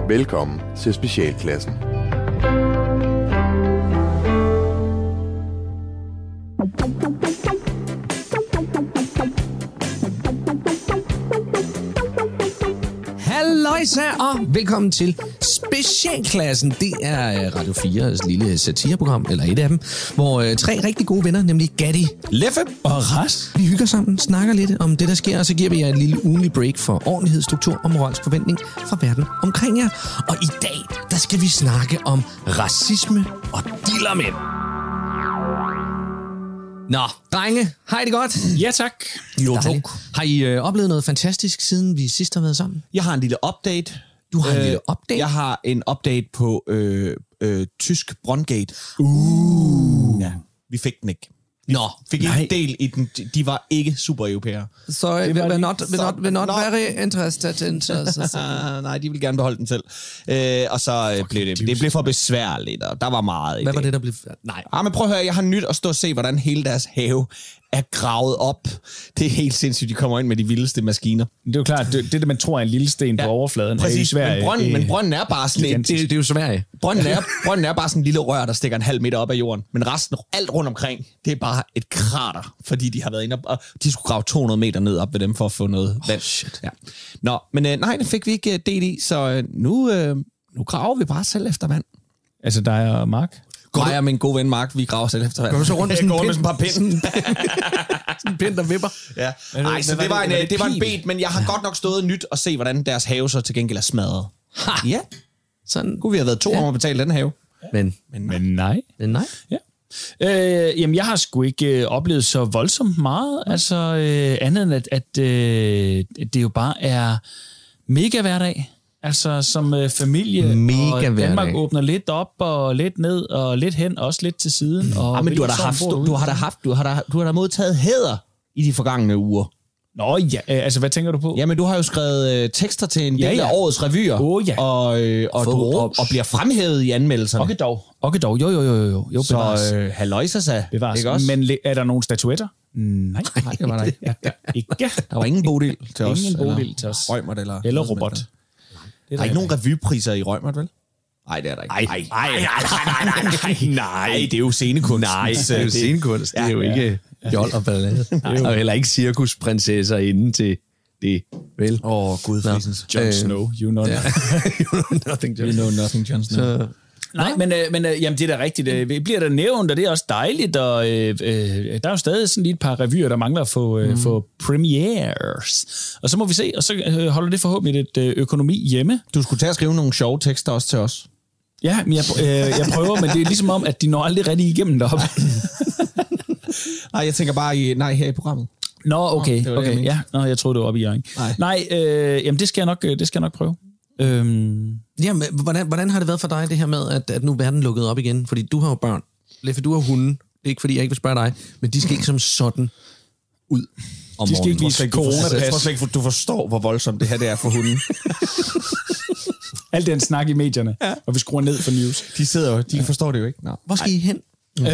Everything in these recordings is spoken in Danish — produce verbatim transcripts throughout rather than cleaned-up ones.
Velkommen til Specialklassen. Halløjsa, og velkommen til Specialklassen. Det er Radio fires lille satireprogram, eller et af dem, hvor øh, tre rigtig gode venner, nemlig Gatti, Leffe og Ras, vi hygger sammen, snakker lidt om det, der sker, og så giver vi jer et lille ugenlig break for ordentlighed, struktur og moralsk forventning fra verden omkring jer. Og i dag, der skal vi snakke om racisme og dillermænd. Nå, drenge, har I det godt? Ja, tak. Jo, tak. Har I øh, oplevet noget fantastisk, siden vi sidst har været sammen? Jeg har en lille update. Du har en øh, lille update? Jeg har en update på øh, øh, tysk Brøndgate. Uh. Ja, vi fik den ikke. Vi Nå, fik ikke en del i den. De var ikke super europæere. Så we're not, we're not, we're not very interested in... Nej, de ville gerne beholde den selv. Øh, og så øh, blev det, det blev for besværligt, og der var meget i Hvad det. var det, der blev... Nej. Ah, men prøv at høre, jeg har nyt at stå og se, hvordan hele deres have er gravet op. Det er helt sindssygt, de kommer ind med de vildeste maskiner. Det er jo klart, det, det, det man tror er en lille sten ja, på overfladen. Præcis, er men, brønden, men brønden er bare sådan... Det, det, det er jo Sverige. Brønden er, brønden er bare sådan en lille rør, der stikker en halv meter op af jorden. Men resten, alt rundt omkring, det er bare et krater, fordi de har været inde op, og de skulle grave to hundrede meter ned op ved dem for at få noget vand. Oh, shit. Ja. Nå, men øh, nej, det fik vi ikke del i, så øh, nu, øh, nu graver vi bare selv efter vand. Altså dig og Mark? Går jeg og min gode ven Mark, vi graver selv efter vand. Går du så rundt med sådan en pind? Sådan et par pind. Sådan en pind, der vipper. Ja. Nej, så det var en, det var en bed, men jeg har godt nok stået nyt og se, hvordan deres have så til gengæld er smadret. Ha. Ja. Sådan. Kunne vi have været to ja. om at betale den have. Men, men, men nej. Men nej. Ja. Øh, jamen, jeg har sgu ikke øh, oplevet så voldsomt meget. Altså, øh, andet end at, at øh, det jo bare er mega hverdag. Altså som øh, familie, mega og Danmark hverdag. Åbner lidt op og lidt ned og lidt hen, også lidt til siden. Og ja, men du har, da haft, du, du har da haft, du har da, du har da modtaget hæder i de forgangne uger. Nå ja, øh, altså hvad tænker du på? Jamen du har jo skrevet øh, tekster til en del ja, ja. af årets revyer, oh, ja. og, øh, og, du, og, og bliver fremhævet i anmeldelserne. Okay dog, okay dog, jo jo jo jo. jo så øh, halløjsa sig, ikke også? Men er der nogle statuetter? Nej, nej, det var der ikke. Ja, ikke. Der var ingen Bodil til os. Ingen Bodil til os. Røgmert eller... Eller robot. Det er der er ikke nogen revypriser i Røgmert, vel? Nej, det er der ikke. Nej, nej, nej, nej, nej, nej. Det er jo scenekunst. Nej, det er jo scenekunst. Det er jo ikke jol og ballade. Og heller ikke cirkusprinsesser inden til det, vel? Åh, oh, gud, frisens. Jon Snow, you know yeah. you know nothing, you know nothing, Jon Snow. Så... Nej, men, øh, men øh, jamen, det er da rigtigt. Det bliver der nævnt, og det er også dejligt, og øh, øh, der er jo stadig sådan lige et par revyer, der mangler at få, øh, mm. få premieres. Og så må vi se, og så øh, holder det forhåbentlig et øh, økonomi hjemme. Du skulle tage at skrive nogle sjove tekster også til os. Ja, men jeg, øh, jeg prøver, men det er ligesom om, at de når aldrig rigtig igennem deroppe. Nej, jeg tænker bare i, nej, her i programmet. Nå, okay, Nå, okay, det, ja. Nå, jeg troede, det var oppe i Jørgen. Nej, Nej øh, jamen det skal jeg nok, det skal jeg nok prøve. Øhm. Jamen, hvordan, hvordan har det været for dig, det her med, at, at nu er verden lukket op igen? Fordi du har jo børn. Leffe, du har hunden. Det er ikke, fordi jeg ikke vil spørge dig, men de skal ikke som sådan ud om de skal ikke vise coronapas. Jeg tror slet ikke, du forstår, hvor voldsomt det her det er for hunden. Alt den snak i medierne, ja. Og vi skruer ned for news. De sidder jo, de ja. forstår det jo ikke. Nå. Hvor skal I hen?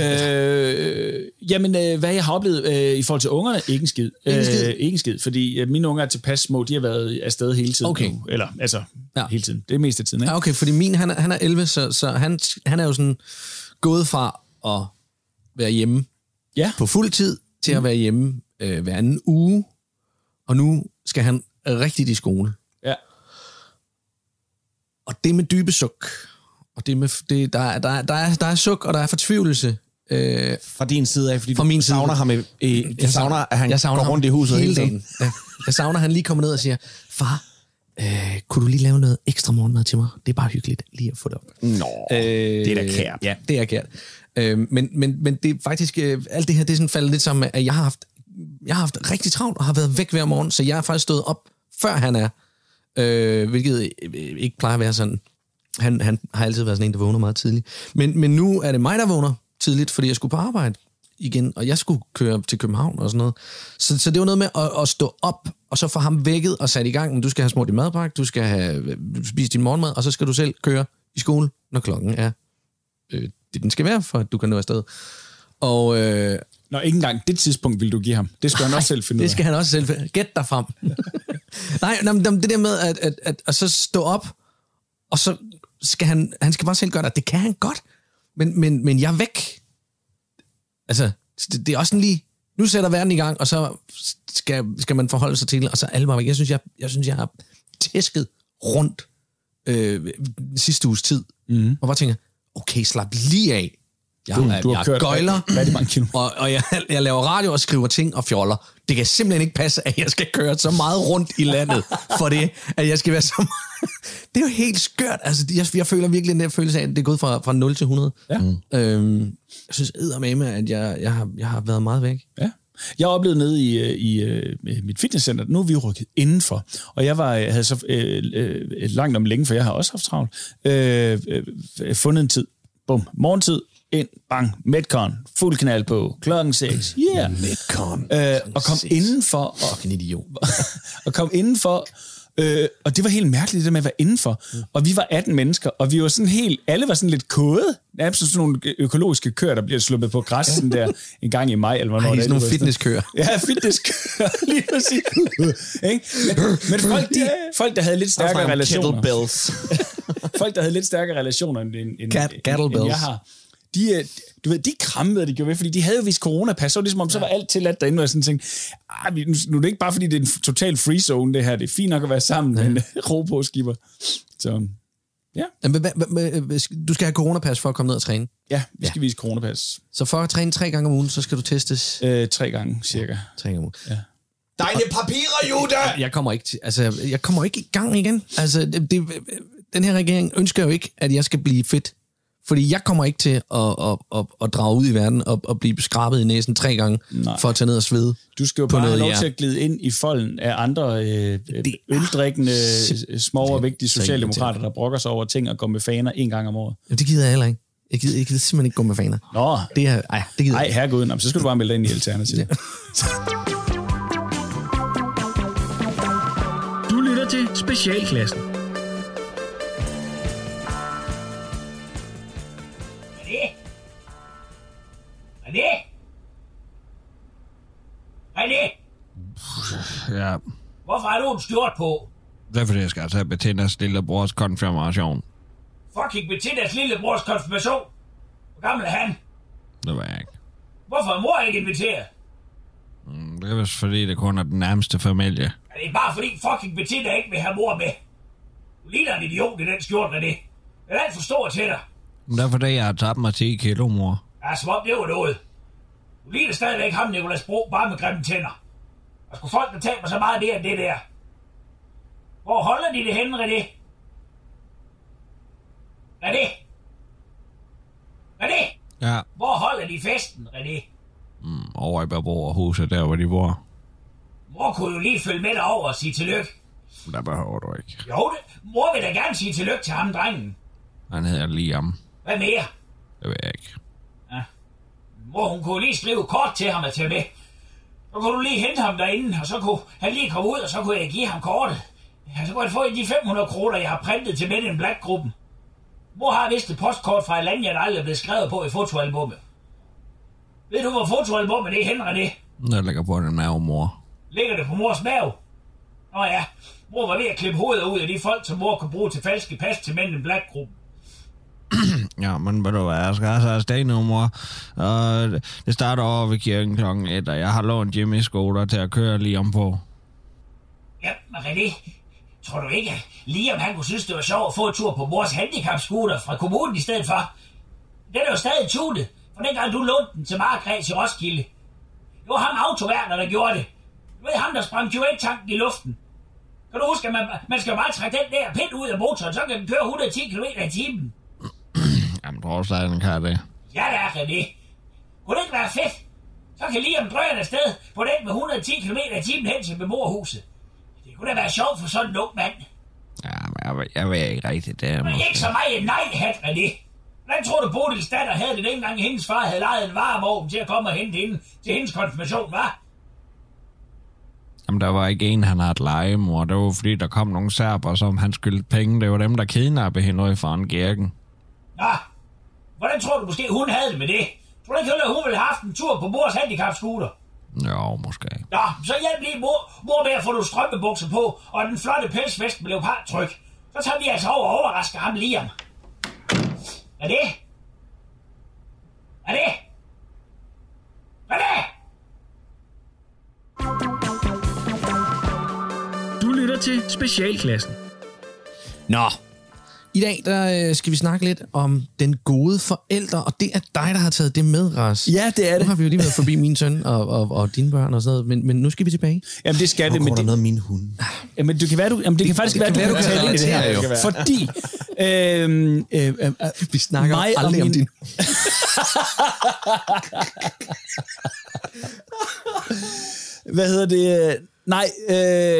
Øh, jamen, øh, hvad jeg har oplevet øh, i forhold til ungerne, ikke en skid. Ikke en skid? Øh, ikke en skid, fordi øh, mine unger er tilpas små, de har været afsted hele tiden. Okay. Nu. Eller, altså, ja. hele tiden. Det er mest af tiden, ikke? Ja, okay, fordi min, han er, han er elleve, så, så han, han er jo sådan gået fra at være hjemme ja. på fuld tid, til at være hjemme øh, hver anden uge, og nu skal han rigtigt i skole. Ja. Og det med dybe suk. Og det med, det, der, er, der, er, der, er, der er suk, og der er fortvivlelse. Øh, fra din side af, fordi fra du min savner side. ham. I, i, jeg savner, at han jeg savner går rundt i huset hele dagen. Ja. Jeg savner, at han lige kommer ned og siger, far, øh, kunne du lige lave noget ekstra morgenmad til mig? Det er bare hyggeligt lige at få det op. Nå, øh, det er da kært. Ja, det er kært. Øh, men, men, men det er faktisk, øh, alt det her, det er sådan faldet lidt sammen med, at jeg har haft, jeg har haft rigtig travlt og har været væk hver morgen, så jeg er faktisk stået op, før han er, øh, hvilket ikke plejer at være sådan. Han, han har altid været sådan en, der vågner meget tidligt. Men, men nu er det mig, der vågner tidligt, fordi jeg skulle på arbejde igen, og jeg skulle køre til København og sådan noget. Så, så det var noget med at, at stå op, og så få ham vækket og sat i gang. Du skal have smurt din madpakke, du skal have spist din morgenmad, og så skal du selv køre i skole, når klokken er øh, det, den skal være, for at du kan nå afsted. Og... Øh, Nå, ikke engang det tidspunkt vil du give ham. Det skal han også selv finde ud af. Det skal han også selv finde. Gæt dig frem. nej, nej, det der med at, at, at, at så stå op, og så skal han, han skal bare selv gøre det. Det kan han godt, men, men, men jeg er væk. Altså, det, det er også sådan lige, nu sætter verden i gang, og så skal, skal man forholde sig til det, og så alle bare væk. Jeg synes, jeg, jeg, synes, jeg har tæsket rundt øh, sidste uges tid, mm. og bare tænker, okay, slap lige af. Jeg, du, jeg, du har jeg kørt gøjler, rigtig mange kilo. og, og jeg, jeg laver radio og skriver ting og fjoller. Det kan simpelthen ikke passe, at jeg skal køre så meget rundt i landet, for det, at jeg skal være så meget. Det er jo helt skørt. Altså, jeg, jeg føler virkelig den der følelse af, at det er gået fra, fra nul til hundrede. Ja. Øhm, jeg synes eddermame, at jeg, jeg, har, jeg har været meget væk. Ja. Jeg oplevede nede i, i, i mit fitnesscenter, nu er vi rykket indenfor, og jeg var, havde så øh, øh, langt om længe, for jeg har også haft travlt, øh, øh, fundet en tid. Bum, morgentid, ind, bang, Metcon, fuld knald på, klokken seks, yeah. Metcon. Øh, og kom indenfor. Og, Fucking idiot. og kom indenfor, øh, og det var helt mærkeligt, det med at være indenfor. Mm. Og vi var atten mennesker, og vi var sådan helt, alle var sådan lidt kode. Nærmest sådan nogle økologiske køer, der bliver sluppet på græs sådan der en gang i maj, eller hvornår. Ej, det er sådan nogle fitnesskøer. Ja, fitnesskøer, lige præcis. men, men folk, de, folk, der havde lidt stærkere relationer. folk, der havde lidt stærkere relationer, end, end, end, end jeg har. De, du ved, de krammede, de gjorde ved, fordi de havde jo vist coronapas, så var det ligesom om, så var alt tilladt derinde, og jeg sådan tænkte, nu er det ikke bare, fordi det er en total free zone, det her, det er fint nok at være sammen, ja. Men ro på, skipper. Så, ja. Du skal have coronapas for at komme ned og træne? Ja, vi skal ja. vise coronapas. Så for at træne tre gange om ugen, så skal du testes? Øh, tre gange, cirka. Tre gange om ugen. Ja. Deine papirer, Juda! Jeg kommer ikke til, altså, jeg kommer ikke i gang igen. Altså, det, det, den her regering ønsker jo ikke, at jeg skal blive fedt. Fordi jeg kommer ikke til at, at, at, at drage ud i verden og at blive skrabet i næsen tre gange. Nej. For at tage ned og svede. Du skal jo bare have lov til at glide ind i folden af andre øh, øldrikkende, små og vigtige socialdemokrater, der brokker sig over ting og går med faner en gang om året. Jamen, det gider jeg heller ikke. Jeg gider, jeg gider simpelthen ikke gå med faner. Nå. Det er, ej, det gider ej, herregud, så skal du bare melde dig ind i Alternativet. Du lytter til Specialklassen. René? René? Ja. Hvorfor har du en skjort på? Det er fordi, jeg skal tage Bettinas lillebrors konfirmation. Fucking Bettinas lillebrors konfirmation? Hvor gammel er han? Det var jeg ikke. Hvorfor er mor ikke inviteret? Mm, det er vist fordi, det kun er den nærmeste familie. Er det bare fordi fucking Bettina ikke vil have mor med? Du ligner en idiot i den skjort, René. Den er alt for stor til dig. Det er fordi, jeg har tabt mig ti kilo, mor. Ja, som om det var noget. Du ligner stadigvæk ham, Nicolas Bro, bare med grimme tænder. Og skulle folk, der taber så meget mere end det der? Hvor holder de det henne, René? René? René? Ja. Hvor holder de festen, René? Mm, over i beboerhuset, der hvor de bor. Mor kunne jo lige følge med dig over og sige tillykke. Der behøver du ikke. Jo, det. Mor vil da gerne sige tillykke til ham, drengen. Han hedder Liam. Hvad mere? Det ved jeg ikke. Ja. Mor, hun kunne lige skrive kort til ham at tage med. Så kunne du lige hente ham derinde, og så kunne han lige komme ud, og så kunne jeg give ham kortet. Ja, så kunne jeg få de fem hundrede kroner, jeg har printet til Men in Black-gruppen. Mor har vist et postkort fra et land, jeg aldrig er blevet skrevet på i fotoalbummet. Ved du, hvor fotoalbummet det er henne, René? Det ligger på den mave, mor. Ligger det på mors mave? Nå ja, mor var ved at klippe hovedet ud af de folk, som mor kunne bruge til falske pas til Men in Black-gruppen. Ja, men ved du hvad, jeg skal altså afsted nu, mor. Og det starter over ved kirken klokken et, og jeg har lånt Jimmy Skoda til at køre Liam på. Ja, men René, tror du ikke, at Liam han kunne synes, det var sjovt at få en tur på mors handicapscooter fra kommunen i stedet for? Den er jo stadig tunet, for dengang du lånte den til Markgræs i Roskilde. Det var ham autoværner, der gjorde det. Du ved ham, der sprang tanken i luften. Kan du huske, at man, man skal bare trække den der pind ud af motoren, så kan den køre et hundrede og ti kilometer i timen. Jamen, tror du stadig, den kan det? Ja, det er René. Kunne det ikke være fedt? Så kan Liam drøje afsted på den med et hundrede og ti kilometer i timen hen til beboerhuset. Det kunne da være sjovt for sådan en ung mand. Ja, men jeg, jeg ved ikke rigtigt det. Men måske. ikke så meget en nej-hat, René. Hvordan tror du, Bodils datter havde det dengang, hendes far havde lejet en varevogn til at komme og hente hende til hendes konfirmation, hva'? Jamen, der var ikke en, han havde et legemor. Det var fordi, der kom nogle serber, som han skyldte penge. Det var dem, der kidnappede hende ud fra en kirken. Nå, hvordan tror du måske, hun havde det med det? Tror du ikke, at hun ville have haft en tur på mors handicapscooter? Jo, måske. Nå, så hjælp lige mor, mor med at få nogle strømpebukser på, og den flotte pelsvest med leopardtryk. så tager vi altså over og overrasker ham Liam. Hvad er det? Hvad er det? Hvad er det? Du lytter til Specialklassen. Nå, i dag der øh, skal vi snakke lidt om den gode forælder, og det er dig, der har taget det med, Ras. Ja, det er det. Nu har vi jo lige været forbi min søn og, og, og dine børn og sådan noget, men, men nu skal vi tilbage. Jamen, det skal det. Hvor Men går der det, noget af mine hunde? jamen, det kan være, du, jamen, det kan faktisk det være, kan du være, kan du kan tale ind i det her. relatere, jo. Fordi øhm, øh, øh, Vi snakker mig og aldrig om min- din... Hvad hedder det? Nej, øh,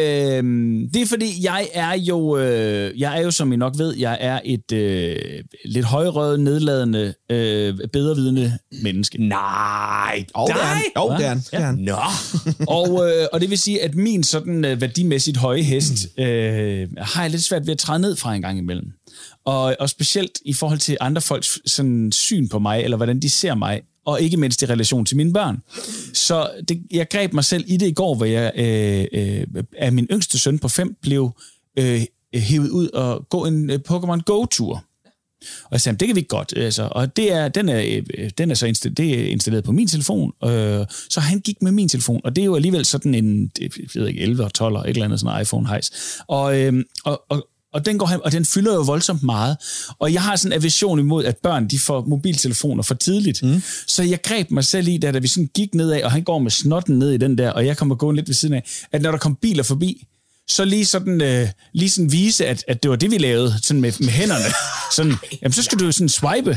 det er fordi, jeg er jo, øh, jeg er jo, som I nok ved, jeg er et øh, lidt højrøget, nedladende, øh, bedrevidende menneske. Nej, Jo, det er han. Jo, det er han. Det er han. Nå. og, øh, og det vil sige, at min sådan øh, værdimæssigt høje hest øh, har jeg lidt svært ved at træde ned fra en gang imellem. Og, og specielt i forhold til andre folks sådan, syn på mig, eller hvordan de ser mig, og ikke mindst i relation til mine børn. Så det, jeg greb mig selv i det i går, hvor jeg øh, øh, af min yngste søn på fem blev øh, hævet ud og gå en øh, Pokémon Go-tur. Og jeg sagde, det kan vi godt. Altså. Og det er, den, er, øh, den er så installeret, det er installeret på min telefon. Øh, så han gik med min telefon, og det er jo alligevel sådan en det, jeg ved ikke, elleve og tolv eller et eller andet sådan en iPhone-hejs. Og, øh, og, og Og den, går hen, og den fylder jo voldsomt meget. Og jeg har sådan en aversion imod, at børn de får mobiltelefoner for tidligt. Mm. Så jeg greb mig selv i, da, da vi sådan gik nedad, og han går med snotten ned i den der, og jeg kommer gående lidt ved siden af, at når der kom biler forbi, så lige sådan, øh, lige sådan vise, at, at det var det, vi lavede sådan med, med hænderne. Sådan, jamen, så skal du sådan swipe.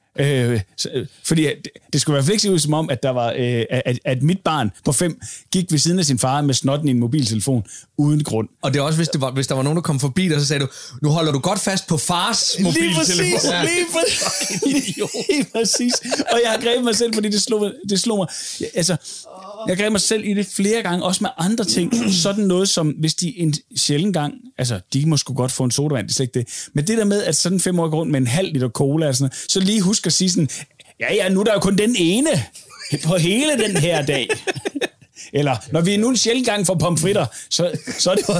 Øh, så, fordi det, det skulle i hvert fald ikke se ud som om, at, der var, øh, at, at mit barn på fem gik ved siden af sin far med snotten i en mobiltelefon uden grund. Og det er også, hvis, det var, hvis der var nogen, der kom forbi dig, så sagde du, nu holder du godt fast på fars mobiltelefon. Lige præcis, lige præcis. Lige præcis. Og jeg har grebet mig selv, fordi det slog, mig- det slog mig. Jeg, altså, jeg greb mig selv i det flere gange, også med andre ting. Sådan noget som, hvis de en sjældent gang, altså, de må sgu godt få en sodavand, det er slet ikke det. Men det der med, at sådan fem år går rundt med en halv liter cola, og sådan noget, så lige husk at sige sådan, ja, ja, nu er der jo kun den ene på hele den her dag. Eller, når vi nu en sjældent gang får pomfritter, så, så er det jo...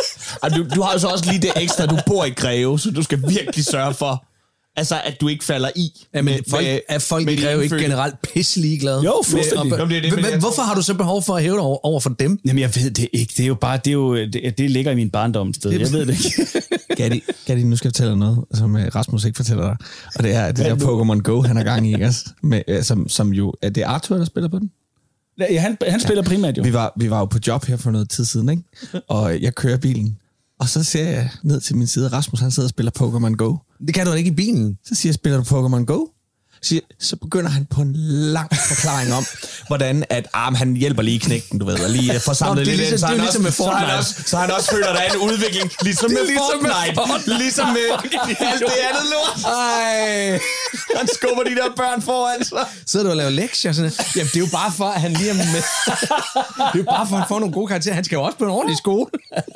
Og du, du har jo så også lige det ekstra, du bor i Greve, så du skal virkelig sørge for, altså, at du ikke falder i. Ja, men folk, er folk i Greve ikke generelt pisselig glade? Jo, fuldstændig. Med- Jamen, det er det, men H- jeg- Hvorfor har du så behov for at hæve det over, over for dem? Jamen, jeg ved det ikke. Det er jo bare, det, er jo, det, det ligger i min barndom sted. Jeg ved det ikke. Gatti, Gatti, nu skal jeg fortælle dig noget, som øh, Rasmus ikke fortæller dig. Og det er det der Pokémon Go, han har gang i, ikke også? Med, øh, som, som jo, er det Arthur, der spiller på den? Ja, han, han spiller ja. primært jo. Vi var, vi var jo på job her for noget tid siden, ikke? Og jeg kører bilen, og så ser jeg ned til min side, Rasmus, han sidder og spiller Pokémon Go. Det kan du da ikke i bilen. Så siger jeg, spiller du Pokémon Go? Så, siger, så begynder han på en lang forklaring om, hvordan at arm han hjælper lige knægten, du ved, og lige får samlet Nå, det er lidt ligesom- ind, så det er han ligesom med også- så han Fortnite. også, så han også føler, der er en udvikling, ligesom med ligesom med Fortnite, Fortnite. ligesom med alt det andet lort. Ej. Han skubber de der børn foran sig. Sidder du og laver lektier? Sådan. Jamen, det er jo bare for, at han lige er med. Det er jo bare for, at han får nogle gode karakterer. Han skal jo også på en ordentlig skole.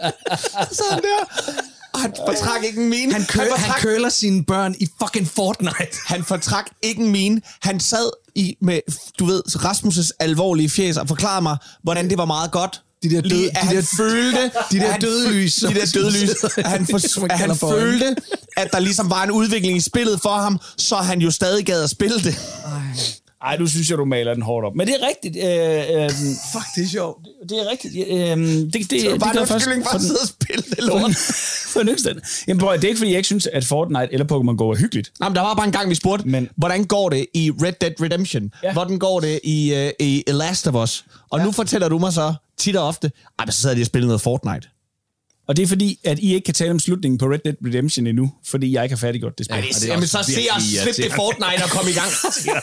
Så han der. Og han fortrak ikke en mine. Han, kø- han, fortrak, han køler sine børn i fucking Fortnite. han fortrak ikke en mine. Han sad i med, du ved, Rasmus' alvorlige fjes og forklarede mig, hvordan det var meget godt. De der døde- Lige, at de han der- følte, de der at han døde fø- lys, som- de der døde lys, som- at han, for, som man at han kalder for øjne. følte, at der ligesom var en udvikling i spillet for ham, så han jo stadig gad at spille det. Ej, du synes jeg, du maler den hårdt op. Men det er rigtigt. Øh, øh, Fuck, det er sjovt. det er rigtigt. Øh, det, det, det, Det var bare gør en faktisk undskyldning for at den- sidde og spille det for lort. den- for den yngste. Jamen, prøv, at- det er ikke, fordi jeg ikke synes, at Fortnite eller Pokémon Go er hyggeligt. Nej, men der var bare en gang, vi spurgte, Men- men, hvordan går det i Red Dead Redemption? Ja. Ja. Hvordan går det i, uh, i Last of Us? Og ja. nu fortæller du mig så tit og ofte, ej, men så sidder de og spiller noget Fortnite. Og det er fordi, at I ikke kan tale om slutningen på Red Dead Redemption endnu, fordi jeg ikke har færdiggjort det spil. Ej, det, jamen, så se os slippe det Fortnite og komme i gang.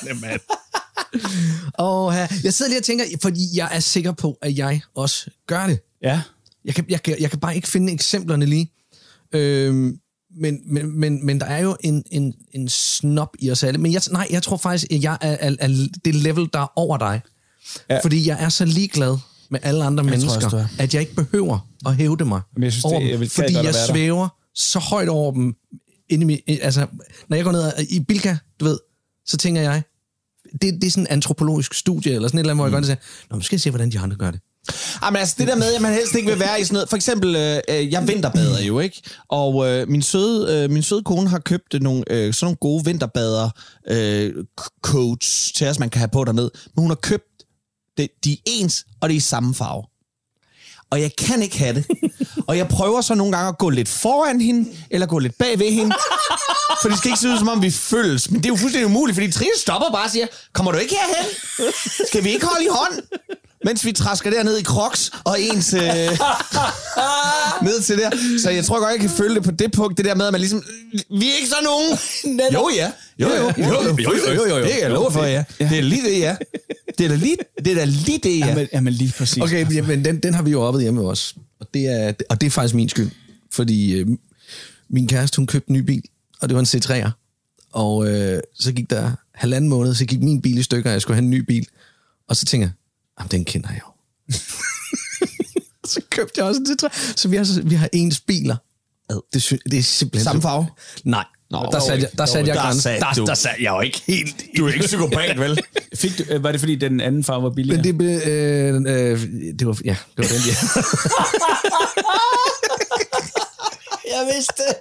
Åh, her. Jeg sidder lige og tænker, fordi jeg er sikker på, at jeg også gør det. Ja. Jeg kan, jeg kan, jeg kan bare ikke finde eksemplerne lige. Øhm, men, men, men, men der er jo en, en, en snop i os alle. Men jeg, nej, jeg tror faktisk, at jeg er, er, er det level, der er over dig. Ja. Ja. Fordi jeg er så ligeglad med alle andre Jeg tror mennesker, også, du er. at jeg ikke behøver at hævde mig Men jeg synes, det- over dem, jeg vil fordi godt at jeg være der. svæver så højt over dem. Inde i, min- altså, når jeg går ned i Bilka, du ved, så tænker jeg, det, det er sådan en antropologisk studie, eller sådan et eller andet, hvor jeg gør det, og siger, nå, nu skal jeg se, hvordan de andre gør det. Ah, men altså det der med, at man helst ikke vil være i sådan noget. For eksempel, øh, jeg vinterbader jo, ikke? Og øh, min, søde, øh, min søde kone har købt nogle, øh, sådan nogle gode vinterbader øh, coats til os, man kan have på dernede. Men hun har købt det, de er ens, og det er i samme farve. Og jeg kan ikke have det. Og jeg prøver så nogle gange at gå lidt foran hende, eller gå lidt bag ved hende. For det skal ikke se ud, som om vi følges. Men det er jo fuldstændig umuligt, fordi Trine stopper bare og siger, kommer du ikke herhen? Skal vi ikke holde i hånd? Mens vi træsker derned i Crocs og ens øh, ned til der. Så jeg tror godt, jeg kan følge det på det punkt, det der med, at man ligesom, vi er ikke så nogen. Jo, ja. Jo, jo. Jo, jo, jo, jo, jo. Det kan jeg love for, ja. Det er lige det, ja. Det er da lige det, er da lige det, ja. Jamen, jamen lige præcis. Okay, men den, den har vi jo oppet hjemme også. Og det er, og det er faktisk min skyld. Fordi øh, min kæreste, hun købte en ny bil, og det var en C tre'er. Og øh, så gik der halvanden måned, så gik min bil i stykker, og jeg skulle have en ny bil. Og så tænker jeg, jamen, den kender jeg jo. Så købte jeg også en C tre. Så vi har, vi har ens biler. Det, sy- det er simpelthen... Samme farve? Nej. Nå, der satte jeg, der satte jeg grænsen. Der, der, der satte jeg jo ikke helt... Du er ikke psykopat, vel? Fik du, var det fordi, den anden farve var billigere? Men det blev... Øh, øh, det var... Ja, det var den, ja. Jeg vidste det.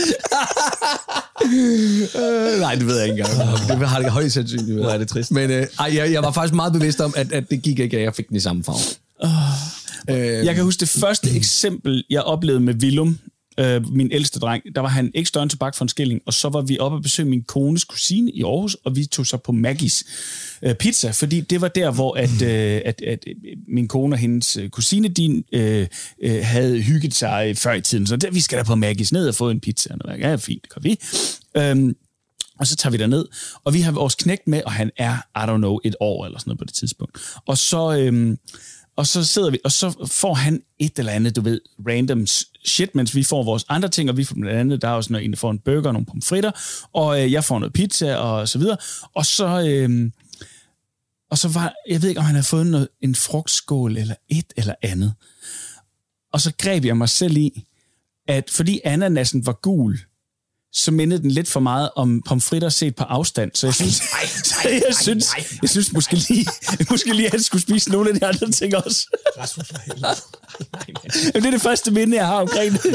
øh, nej, det ved jeg ikke engang. Det har det højst sandsynligt. Nej, det er trist. Men øh, ej, jeg, jeg var faktisk meget bevidst om, at, at det gik ikke, at jeg fik den i samme farve. Oh. Øh, jeg kan huske det første eksempel, jeg oplevede med Willum, øh, min ældste dreng. Der var han ikke større end tobak for en skilling, og så var vi oppe og besøge min kones kusine i Aarhus, og vi tog så på Maggies øh, pizza, fordi det var der, hvor at, øh, at, at min kone og hendes kusine, de øh, øh, havde hygget sig før i tiden. Så der, vi skal da på Maggies ned og få en pizza. Og ja, fint, det gør vi. Øhm, og så tager vi derned, og vi har vores knægt med, og han er, I don't know, et år eller sådan noget på det tidspunkt. Og så... Øhm, Og så sidder vi, og så får han et eller andet, du ved, random shit, mens vi får vores andre ting, og vi får blandt andet, der er også noget, en, der får en burger og nogle pomfritter, og øh, jeg får noget pizza og så videre. Og så, øh, og så var, jeg ved ikke, om han havde fået noget, en frugtskål eller et eller andet. Og så greb jeg mig selv i, at fordi ananasen var gul, så mindede den lidt for meget om pomfritter set på afstand. Så jeg synes, ej, ej, ej, jeg synes, jeg synes måske lige, måske lige, at han skulle spise nogle af de andre ting også. Det er det første minde, jeg har omkring det.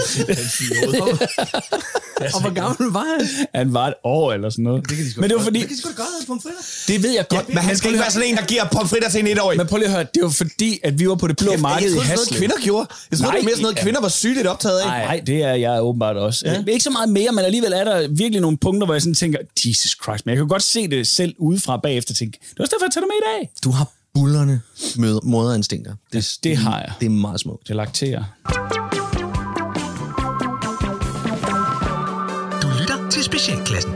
Og hvor gammel var han? Han var et år eller sådan noget. Det Men det var fordi... Det kan sgu da godt have pomfritter. Det ved jeg godt. Ja, men han skal ikke være sådan en, der giver pomfritter til en etårig. Men prøv lige at høre, det var fordi, at vi var på det blå marked i Haslev. Jeg troede, det var noget, kvinder gjorde. Jeg troede, det var mere sådan noget, kvinder var sygeligt optaget af. Nej, det er jeg åbenbart også. Ja. Ikke så meget mere, men alligevel er der virkelig nogle punkter, hvor jeg sådan tænker, Jesus Christ, men jeg kan godt se det selv udefra bagefter og tænke, det var også derfor, jeg tager det med i dag. Du har bullerne med moderinstinkter. Det, det har jeg. Det er meget smukt. Det lakterer. Du lytter til Specialklassen.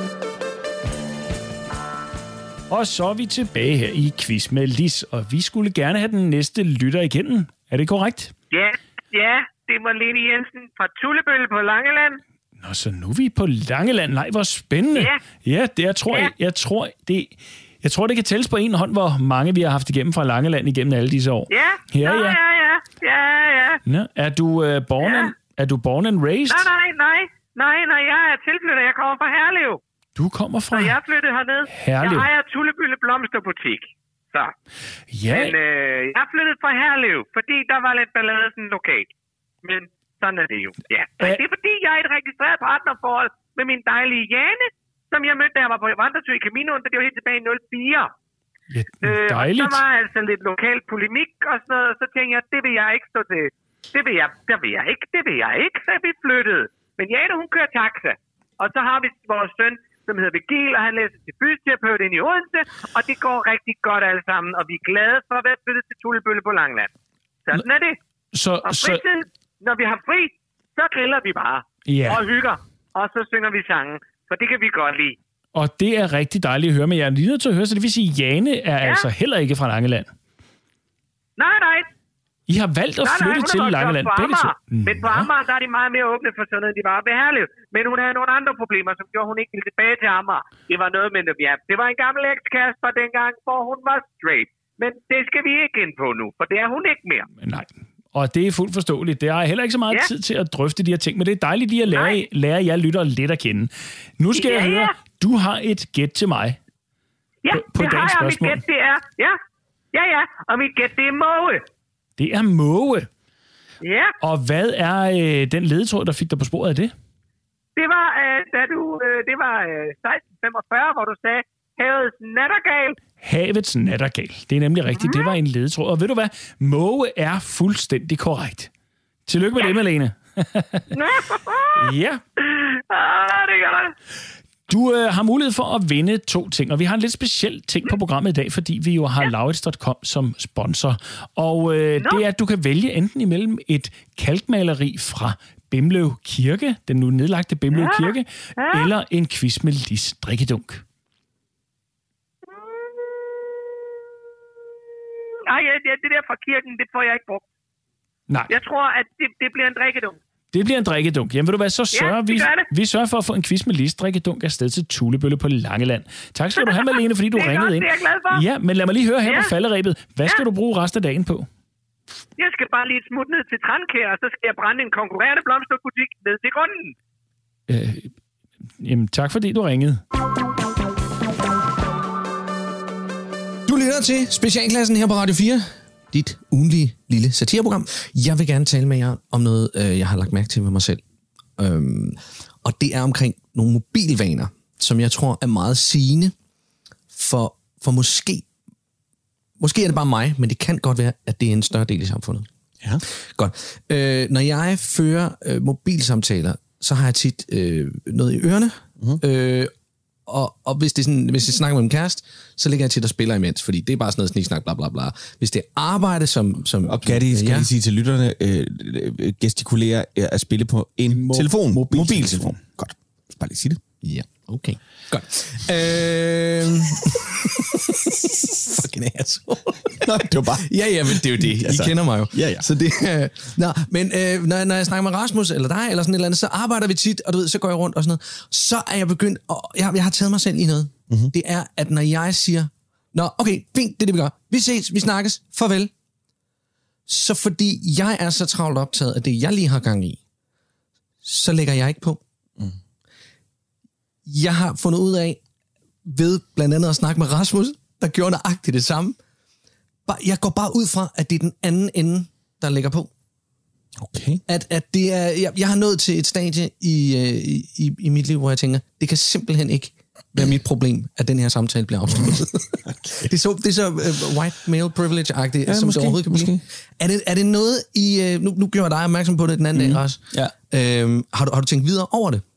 Og så er vi tilbage her i Quiz med Lis, og vi skulle gerne have den næste lytter igennem. Er det korrekt? Ja, ja, det var Lene Jensen fra Tullebølle på Langeland. Nå, så nu er vi på Langeland. Nej, hvor spændende. Ja. Ja, det, jeg, tror, ja. jeg, jeg, tror, det, jeg tror, det kan tælles på en hånd, hvor mange vi har haft igennem fra Langeland igennem alle disse år. Ja, ja, Nå, ja. ja, ja, ja, ja. Nå, er du uh, born Ja. and, er du born and raised? Nej, nej, nej, nej, nej, jeg er tilflytter. Jeg kommer fra Herlev. Du kommer fra Så jeg flyttede herned. Herlev. Jeg ejer Tullebølle Blomsterbutik. Så. Ja. Men øh, jeg flyttede fra Herlev, fordi der var lidt ballade sådan lokalt. Men sådan er det jo. Ja. Æ... Det er fordi, jeg er et registreret partnerforhold med min dejlige Jane, som jeg mødte, da jeg var på vandretur i Caminoen, det var helt tilbage i nul fire. Ja, Øh, dejligt. og der var altså lidt lokal polemik og sådan noget, og så tænkte jeg, det vil jeg ikke stå til. Det vil jeg, det vil jeg ikke, det vil jeg ikke, så vi flyttede. Men Jane, hun kører taxa. Og så har vi vores søn, som hedder Vigil, og han læser til fysioterapeut ind i Odense, og det går rigtig godt alle sammen, og vi er glade for at være flyttet til Tullebølle på Langeland. Sådan er det. Så, Og så, fritid, når vi har fri, så griller vi bare ja. og hygger, og så synger vi sange, for det kan vi godt lide. Og det er rigtig dejligt at høre, men jeg er lige nødt til at høre, så det vil sige, at Jane er ja. altså heller ikke fra Langeland. Nej, nej. I har valgt at Nej, flytte nej, til hun er Langeland, vokset op på begge to. Amager. Men på Amager, der er de meget mere åbne for sådan noget, end de var ved Herlev. Men hun havde nogle andre problemer, som gjorde, hun ikke ville tilbage til Amager. Det var noget med, ja, det var en gammel ekskæreste fra dengang, hvor hun var straight. Men det skal vi ikke ind på nu, for det er hun ikke mere. Nej, og det er fuldt forståeligt. Det har heller ikke så meget Ja. tid til at drøfte de her ting, men det er dejligt lige at lære, lære jer lytter lidt at kende. Nu skal Ja, jeg høre, ja. du har et gæt til mig. Ja, På- på det dagens har jeg. spørgsmål. Mit gæt, det er, ja, ja, ja, og mit gæt, det er måge. Det er måge. Ja, Og hvad er øh, den ledetråd, der fik dig på sporet af det? det var, øh, da du, øh, det var øh, seksten femogfyrre, hvor du sagde, havets nattergal. Havets nattergal. Det er nemlig rigtigt. Det var en ledetråd. Og ved du hvad? Måge er fuldstændig korrekt. Tillykke med ja. det, Malene. Ja. Ah, det gør det. Du øh, har mulighed for at vinde to ting, og vi har en lidt speciel ting på programmet i dag, fordi vi jo har ja. Laurits punktum com som sponsor. Og øh, det er, at du kan vælge enten imellem et kalkmaleri fra Bimlev Kirke, den nu nedlagte Bimlev ja. Kirke, ja. eller en quiz med Lis drikkedunk. Nej, det, det der fra kirken, det får jeg ikke brugt. Nej. Jeg tror, at det, det bliver en drikkedunk. Det bliver en drikkedunk. Jamen ved du hvad, så sørger ja, vi, vi sørger for at få en quiz med Lis drikkedunk afsted til Tulebølle på Langeland. Tak skal du have, Malene, fordi du ringede ind. Det er jeg glad for. Ja, men lad mig lige høre her ja. på falderebet. Hvad ja. skal du bruge resten af dagen på? Jeg skal bare lige smutte ned til Trankær, og så skal jeg brænde en konkurrerende blomsterbutik ned til grunden. Øh, jamen tak fordi du ringede. Du lytter til Specialklassen her på Radio fire. Dit ugenlige lille satireprogram. Jeg vil gerne tale med jer om noget, øh, jeg har lagt mærke til med mig selv. Øhm, og det er omkring nogle mobilvaner, som jeg tror er meget sigende for, for måske, måske er det bare mig, men det kan godt være, at det er en større del i samfundet. Ja. Godt. Øh, når jeg fører øh, mobilsamtaler, så har jeg tit øh, noget i ørerne, mm-hmm. øh, Og, og hvis, det er sådan, hvis jeg snakker med en kæreste, så ligger jeg til at spille imens, fordi det er bare sådan noget sniksnak, bla bla bla. Hvis det er arbejde, som... som og Gatti, skal ja. lige sige til lytterne, øh, gestikulere øh, at spille på en Mo- telefon. Mobiltelefon. Mobiltelefon. Godt. Bare lige sige det. Ja, okay. Godt. Øh... Fucking asshole. Nej, det var bare... Ja, ja, men det er jo det. I altså, kender mig jo. Ja, ja. Så det, øh... Nå, men øh, når, når jeg snakker med Rasmus eller dig, eller sådan et eller andet, så arbejder vi tit, og du ved, så går jeg rundt og sådan noget. Så er jeg begyndt, og jeg, jeg har taget mig selv i noget. Mm-hmm. Det er, at når jeg siger, nå, okay, fint, det er det, vi gør. Vi ses, vi snakkes, farvel. Så fordi jeg er så travlt optaget af det, jeg lige har gang i, så lægger jeg ikke på. Mm. Jeg har fundet ud af, ved blandt andet at snakke med Rasmus, der gjorde nøjagtigt det samme. Jeg går bare ud fra, at det er den anden ende, der ligger på. Okay. At, at det er, jeg, jeg har nået til et stadie i, i, i mit liv, hvor jeg tænker, det kan simpelthen ikke være mit problem, at den her samtale bliver afsluttet. Okay. det er så, det er så uh, white male privilege-agtigt, ja, som måske, det overhovedet kan blive. Er det, er det noget, I... Uh, nu, nu gjorde jeg dig opmærksom på det den anden mm. dag, Ras. Ja. Øhm, har, du, har du tænkt videre over det?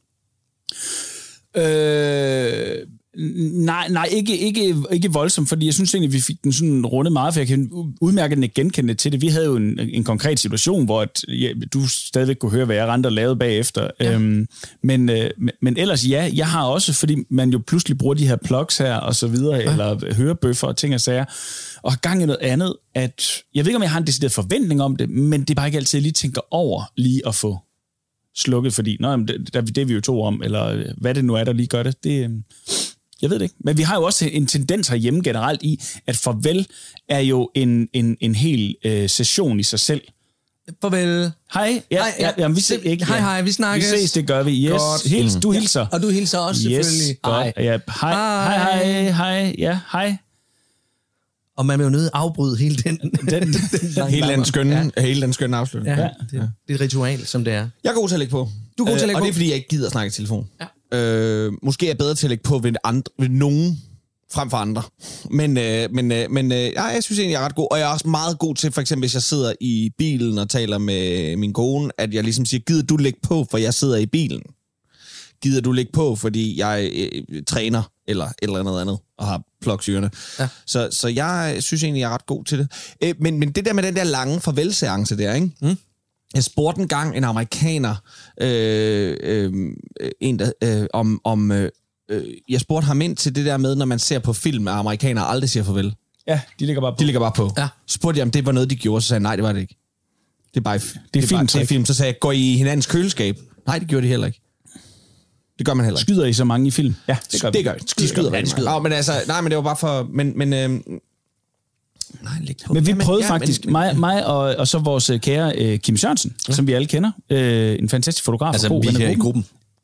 Øh... Nej, nej, ikke, ikke, ikke voldsomt, fordi jeg synes egentlig, vi fik den sådan rundet meget, for jeg kan udmærke den genkende til det. Vi havde jo en, en konkret situation, hvor at, ja, du stadigvæk kunne høre, hvad jeg rent og lavede bagefter. Ja. Øhm, men, øh, men ellers ja, jeg har også, fordi man jo pludselig bruger de her plugs her, og så videre, ja. eller hørebøffer og ting og sager, og har gang i noget andet, at jeg ved ikke, om jeg har en decideret forventning om det, men det er bare ikke altid, jeg lige tænker over lige at få slukket, fordi nå, det, det er vi jo to om, eller hvad det nu er, der lige gør det, det... Jeg ved det ikke. Men vi har jo også en tendens herhjemme generelt i, at farvel er jo en, en, en hel øh, session i sig selv. Farvel. Hej. Ja, hej, ja. Jamen, vi ses, ikke, hej, hej, vi snakkes. Vi ses, det gør vi. Yes. Godt. Hils, du hilser. Ja. Og du hilser også, yes. selvfølgelig. Hej. Ja, hej, hej, hej, hej, ja, hej. Og man vil jo nødt at afbryde hele den... den, den hele, den skønne, ja. hele den skønne afslutning. Ja, ja. Det, det er et ritual, som det er. Jeg er god til at lægge på. Du er god til at lægge øh, på. Og det er, fordi jeg ikke gider at snakke i telefon. Ja. Øh, måske er jeg bedre til at lægge på ved, andre, ved nogen frem for andre. Men, øh, men, øh, men øh, ja, jeg synes egentlig, jeg er ret god. Og jeg er også meget god til, for eksempel hvis jeg sidder i bilen og taler med min kone, at jeg ligesom siger, gider du lægge på, for jeg sidder i bilen? Gider du lægge på, fordi jeg øh, træner eller et eller andet andet og har plugs i ørerne? Ja. Så, så jeg synes egentlig, jeg er ret god til det. Øh, men, men det der med den der lange farvelseance der, ikke? Mm. Jeg spurgte en gang en amerikaner, øh, øh, en der, øh, om... om øh, jeg spurgte ham ind til det der med, når man ser på film, at amerikanere aldrig siger farvel. Ja, de ligger bare på. De ligger bare på. Ja. Så spurgte jeg, om det var noget, de gjorde, så sagde jeg, nej, det var det ikke. Det er bare det er det er film, bare, film. Så sagde jeg, går I hinandens køleskab? Nej, det gjorde de heller ikke. Det gør man heller ikke. Skyder I så mange i film? Ja, det gør det gør de. De skyder rigtig mange. Oh, men altså, nej, men det var bare for... Men, men, øh, nej, men vi prøvede ja, faktisk, men, mig, mig og, og så vores kære øh, Kim Sørensen, ja. som vi alle kender, øh, en fantastisk fotograf. Altså, og vi her i gruppen.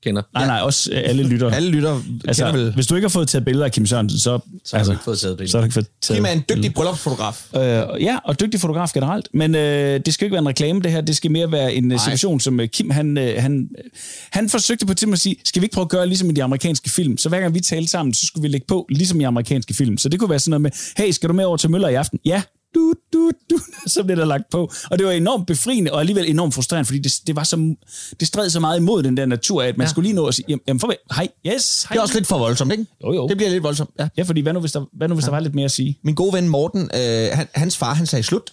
kender. Nej, nej, også øh, alle lytter. Alle lytter altså, vel. hvis du ikke har fået taget billeder af Kim Sørensen, så, Så har altså, du ikke fået taget billeder. så har du ikke fået taget Kim er en dygtig bryllupsfotograf. Øh, ja, og dygtig fotograf generelt. Men øh, det skal ikke være en reklame, det her. Det skal mere være en Ej. situation, som øh, Kim, han, øh, han, han forsøgte på til at sige, skal vi ikke prøve at gøre ligesom i de amerikanske film? Så hver gang vi talte sammen, så skulle vi lægge på ligesom i amerikanske film. Så det kunne være sådan noget med, hey, skal du med over til Møller i aften? Ja. Du, du, du. Så blev der lagt på. Og det var enormt befriende, og alligevel enormt frustrerende, fordi det, det var så, det stred så meget imod den der natur, at man ja. skulle lige nå at sige, jamen farvel, hej, yes, hej. Det er også lidt for voldsomt, ikke? Jo, jo. Det bliver lidt voldsomt, ja. Ja, fordi hvad nu, hvis der, hvad nu, hvis ja. der var lidt mere at sige? Min gode ven Morten, øh, han, hans far, han sagde slut.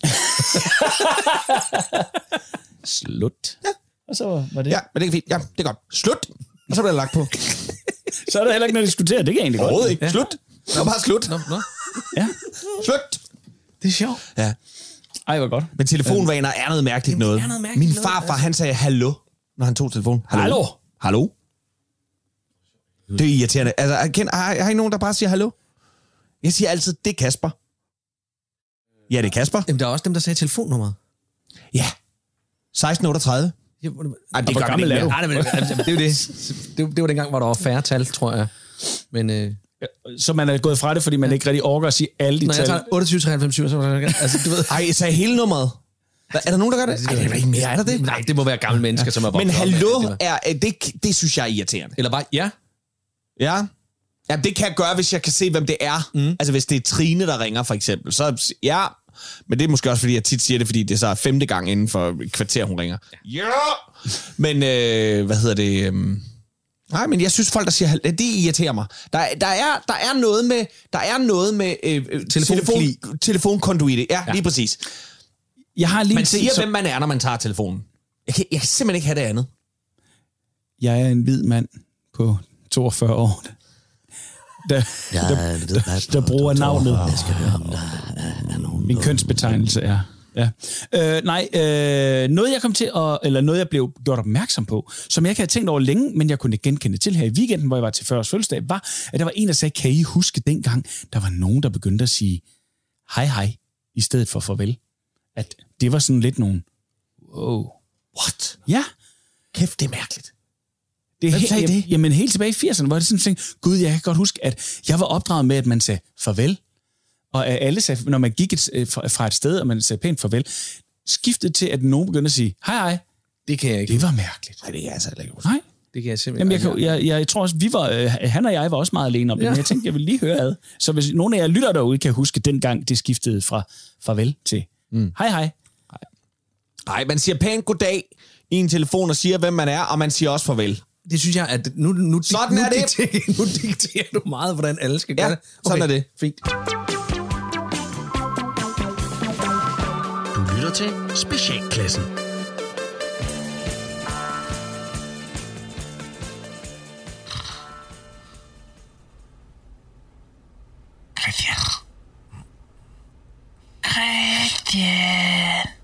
Slut. Ja. Og så var det. Ja, men det er fint. Ja, det er godt. Slut. Og så bliver der lagt på. Så er der heller ikke noget at diskutere. Det kan jeg egentlig godt. Overhovedet ikke. Ja. Slut. Det var bare slut. Nå, nå. Ja. Slut. Det er sjovt. Ja. Ej, hvor godt. Men telefonvaner er noget mærkeligt noget. er noget mærkeligt Min noget, farfar, altså. han sagde hallo, når han tog telefonen. Hallo. Hallo. Hallo. Det er irriterende. Altså, jeg kender, har, har I nogen, der bare siger hallo? Jeg siger altid, det er Kasper. Ja, det er Kasper. Jamen, der er også dem, der sagde telefonnummeret. Ja. seksten otteogtredive. Ja, Ej, det hvor gør gammel man er ikke du? mere. nej, men, altså, det er jo det. Det, det var dengang, hvor der var færre tal, tror jeg. Men øh, Så man er gået fra det, fordi man ikke rigtig orker at sige alle de når tal. jeg tager otteogtyve treoghalvfems syv, så var det, altså, du ved. Ej, jeg sagde hele nummeret. Hva, er der nogen, der gør det? Ej, det er ikke mere, er der det? Nej, det må være gamle mennesker, som er Men vokset op hallo, med det. er, det, det synes jeg er irriterende. Eller bare, ja. Ja. Ja, det kan jeg gøre, hvis jeg kan se, hvem det er. Mm. Altså, hvis det er Trine, der ringer, for eksempel. Så ja, men det er måske også, fordi jeg tit siger det, fordi det er så femte gang inden for et kvarter, hun ringer. Ja! Men, øh, hvad hedder det... Øh, nej, men jeg synes, folk, der siger, det irriterer mig. Der, der, er, der er noget med, der er noget med øh, telefon, telefonkonduite. Ja, ja, lige præcis. Jeg har lige Man set, siger, så... hvem man er, når man tager telefonen. Jeg kan, jeg kan simpelthen ikke have det andet. Jeg er en hvid mand på toogfyrre år, der, Ja, der, det ved jeg, der bruger navnet. Jeg skal høre, om der er nogen... Min kønsbetegnelse er... Ja. Øh, nej, øh, noget jeg kom til at, eller noget jeg blev gjort opmærksom på, som jeg ikke havde tænkt over længe, men jeg kunne ikke genkende til her i weekenden, hvor jeg var til fyrre års fødselsdag, var, at der var en, der sagde, kan I huske dengang, der var nogen, der begyndte at sige hej hej, i stedet for farvel. At det var sådan lidt nogen, wow. What? Ja. Kæft, det er mærkeligt. Det er Hvem he- sagde det? Jamen helt tilbage i firserne, hvor det sådan tænkte, gud, jeg kan godt huske, at jeg var opdraget med, at man sagde farvel. Og alle sagde, når man gik et, fra et sted, og man sagde pænt farvel, skiftede til, at nogen begyndte at sige hej hej. Det kan jeg ikke. Det var mærkeligt. Nej, det kan jeg altså ikke huske. Nej. Det kan jeg simpelthen Jamen, jeg, kan, jeg, jeg, jeg tror også, vi var, øh, han og jeg var også meget alene om det, ja. Men jeg tænkte, jeg ville lige høre ad. Så hvis nogen af jer lytter derude, kan huske dengang, det skiftede fra farvel til mm. hej hej. Nej, man siger pænt goddag i en telefon og siger, hvem man er, og man siger også farvel. Det synes jeg, at nu, nu, Sådan nu, er det. Dikterer, nu dikterer du meget, hvordan alle skal gøre Ja, det. sådan er det. Fint. Du lytter til Specialklassen. Christian. Christian.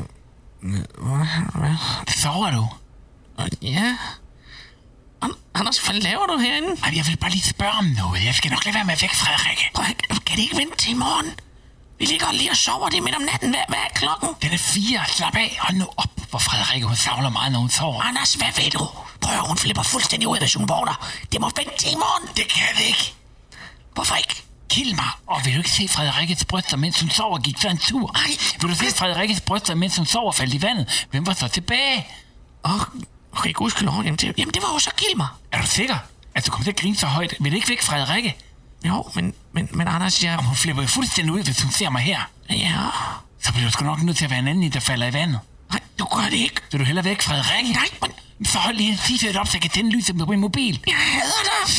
Sover du? Ja. Anders, hvad laver du herinde? Ej, jeg vil bare lige spørge om noget. Jeg skal nok lade være med væk, Frederikke. Kan det ikke vente til i morgen? Vi ligger lige og sover det midt om natten. Hvad, hvad er klokken? Den er fire. Slap af. Hold nu op, hvor Frederikke, hun savler meget, når hun sover. Anders, hvad ved du? Prøv at hun flipper fuldstændig ud, hvis hun vågner. Det må vente til i morgen. Det kan det ikke. Hvorfor ikke? Kild mig. Og vil du ikke se Frederikkes bryster, mens hun sover, gik så en tur? Nej. Vil du se Frederikkes bryster, mens hun sover, faldt i vandet? Hvem var så tilbage? Åh, oh, okay, gudskelov. Jamen, det, jamen, det var jo så kild mig. Er du sikker? At du kommer til at grine så højt? Vil det ikke væk Frederikke? Jo, men, men, men Anders, jeg... Om hun flipper jo fuldstændig ud, hvis hun ser mig her. Ja. Så bliver du sgu nok nødt til at være en anden, der falder i vandet. Nej, du gør det ikke. Vil du hellere væk, Frederikke? Nej, men... Så hold lige en sidste op, så jeg kan tænde lyset på min mobil. Jeg hader dig.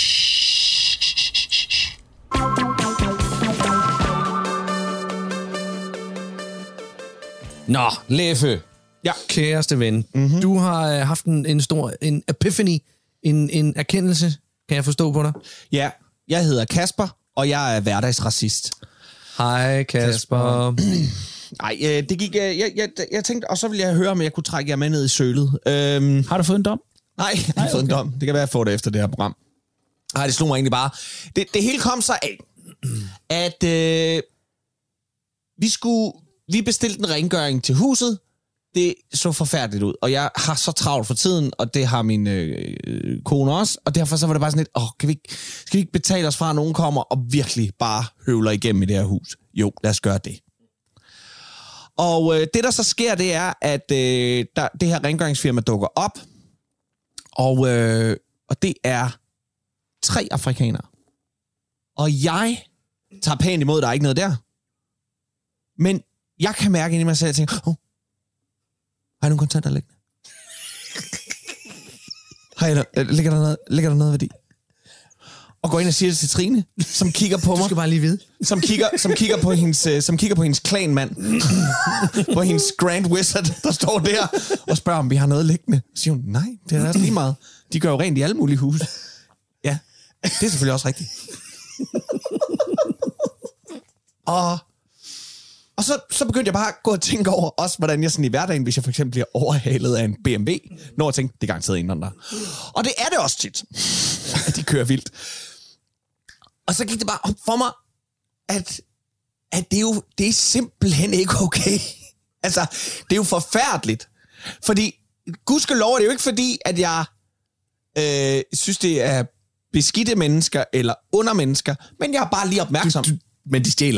Nå, Leffe. Ja. Kæreste ven. Mm-hmm. Du har øh, haft en, en stor en epiphany, en, en erkendelse, kan jeg forstå på dig. Ja, jeg hedder Kasper, og jeg er hverdagsracist. Hej, Kasper. Nej, øh, det gik... Øh, jeg, jeg, jeg tænkte, og så ville jeg høre, om jeg kunne trække jer med ned i sølet. Øhm, Har du fået en dom? nej, jeg har ikke fået en dom. Det kan være, at jeg får det efter det her program. Nej, det slog mig egentlig bare. Det, det hele kom så af, at øh, vi skulle... Vi bestilte en rengøring til huset det så forfærdeligt ud, og jeg har så travlt for tiden, og det har min øh, kone også, og derfor så var det bare sådan lidt, åh, kan vi ikke, skal vi ikke betale os fra, at nogen kommer og virkelig bare høvler igennem i det her hus? Jo, lad os gøre det. Og øh, det, der så sker, det er, at øh, der, det her rengøringsfirma dukker op, og, øh, og det er tre afrikanere. Og jeg tager pænt imod, der er ikke noget der. Men jeg kan mærke ind i mig selv, at jeg tænker, oh, har jeg nogle kontanter liggende? Har jeg, ligger, der noget, ligger der noget værdi? Og går ind og siger det til Trine, som kigger på mig. Du skal bare lige vide. Som kigger, som kigger på hendes, som kigger på hendes klanmand. På hendes Grand Wizard, der står der og spørger, om vi har noget liggende. Så siger hun, nej, det er altså lige meget. De gør jo rent i alle mulige huse. Ja, det er selvfølgelig også rigtigt. og og så, så begyndte jeg bare at gå og tænke over også, hvordan jeg sådan i hverdagen, hvis jeg for eksempel bliver overhalet af en B M W, når jeg tænker, det er garanteret en eller anden der. Og det er det også tit. De kører vildt. Og så gik det bare op for mig, at, at det, er jo, det er simpelthen ikke okay. Altså, det er jo forfærdeligt. Fordi, gudskelov er det jo ikke fordi, at jeg øh, synes, det er beskidte mennesker eller undermennesker, men jeg er bare lige opmærksom. Du, du, men de stjæler.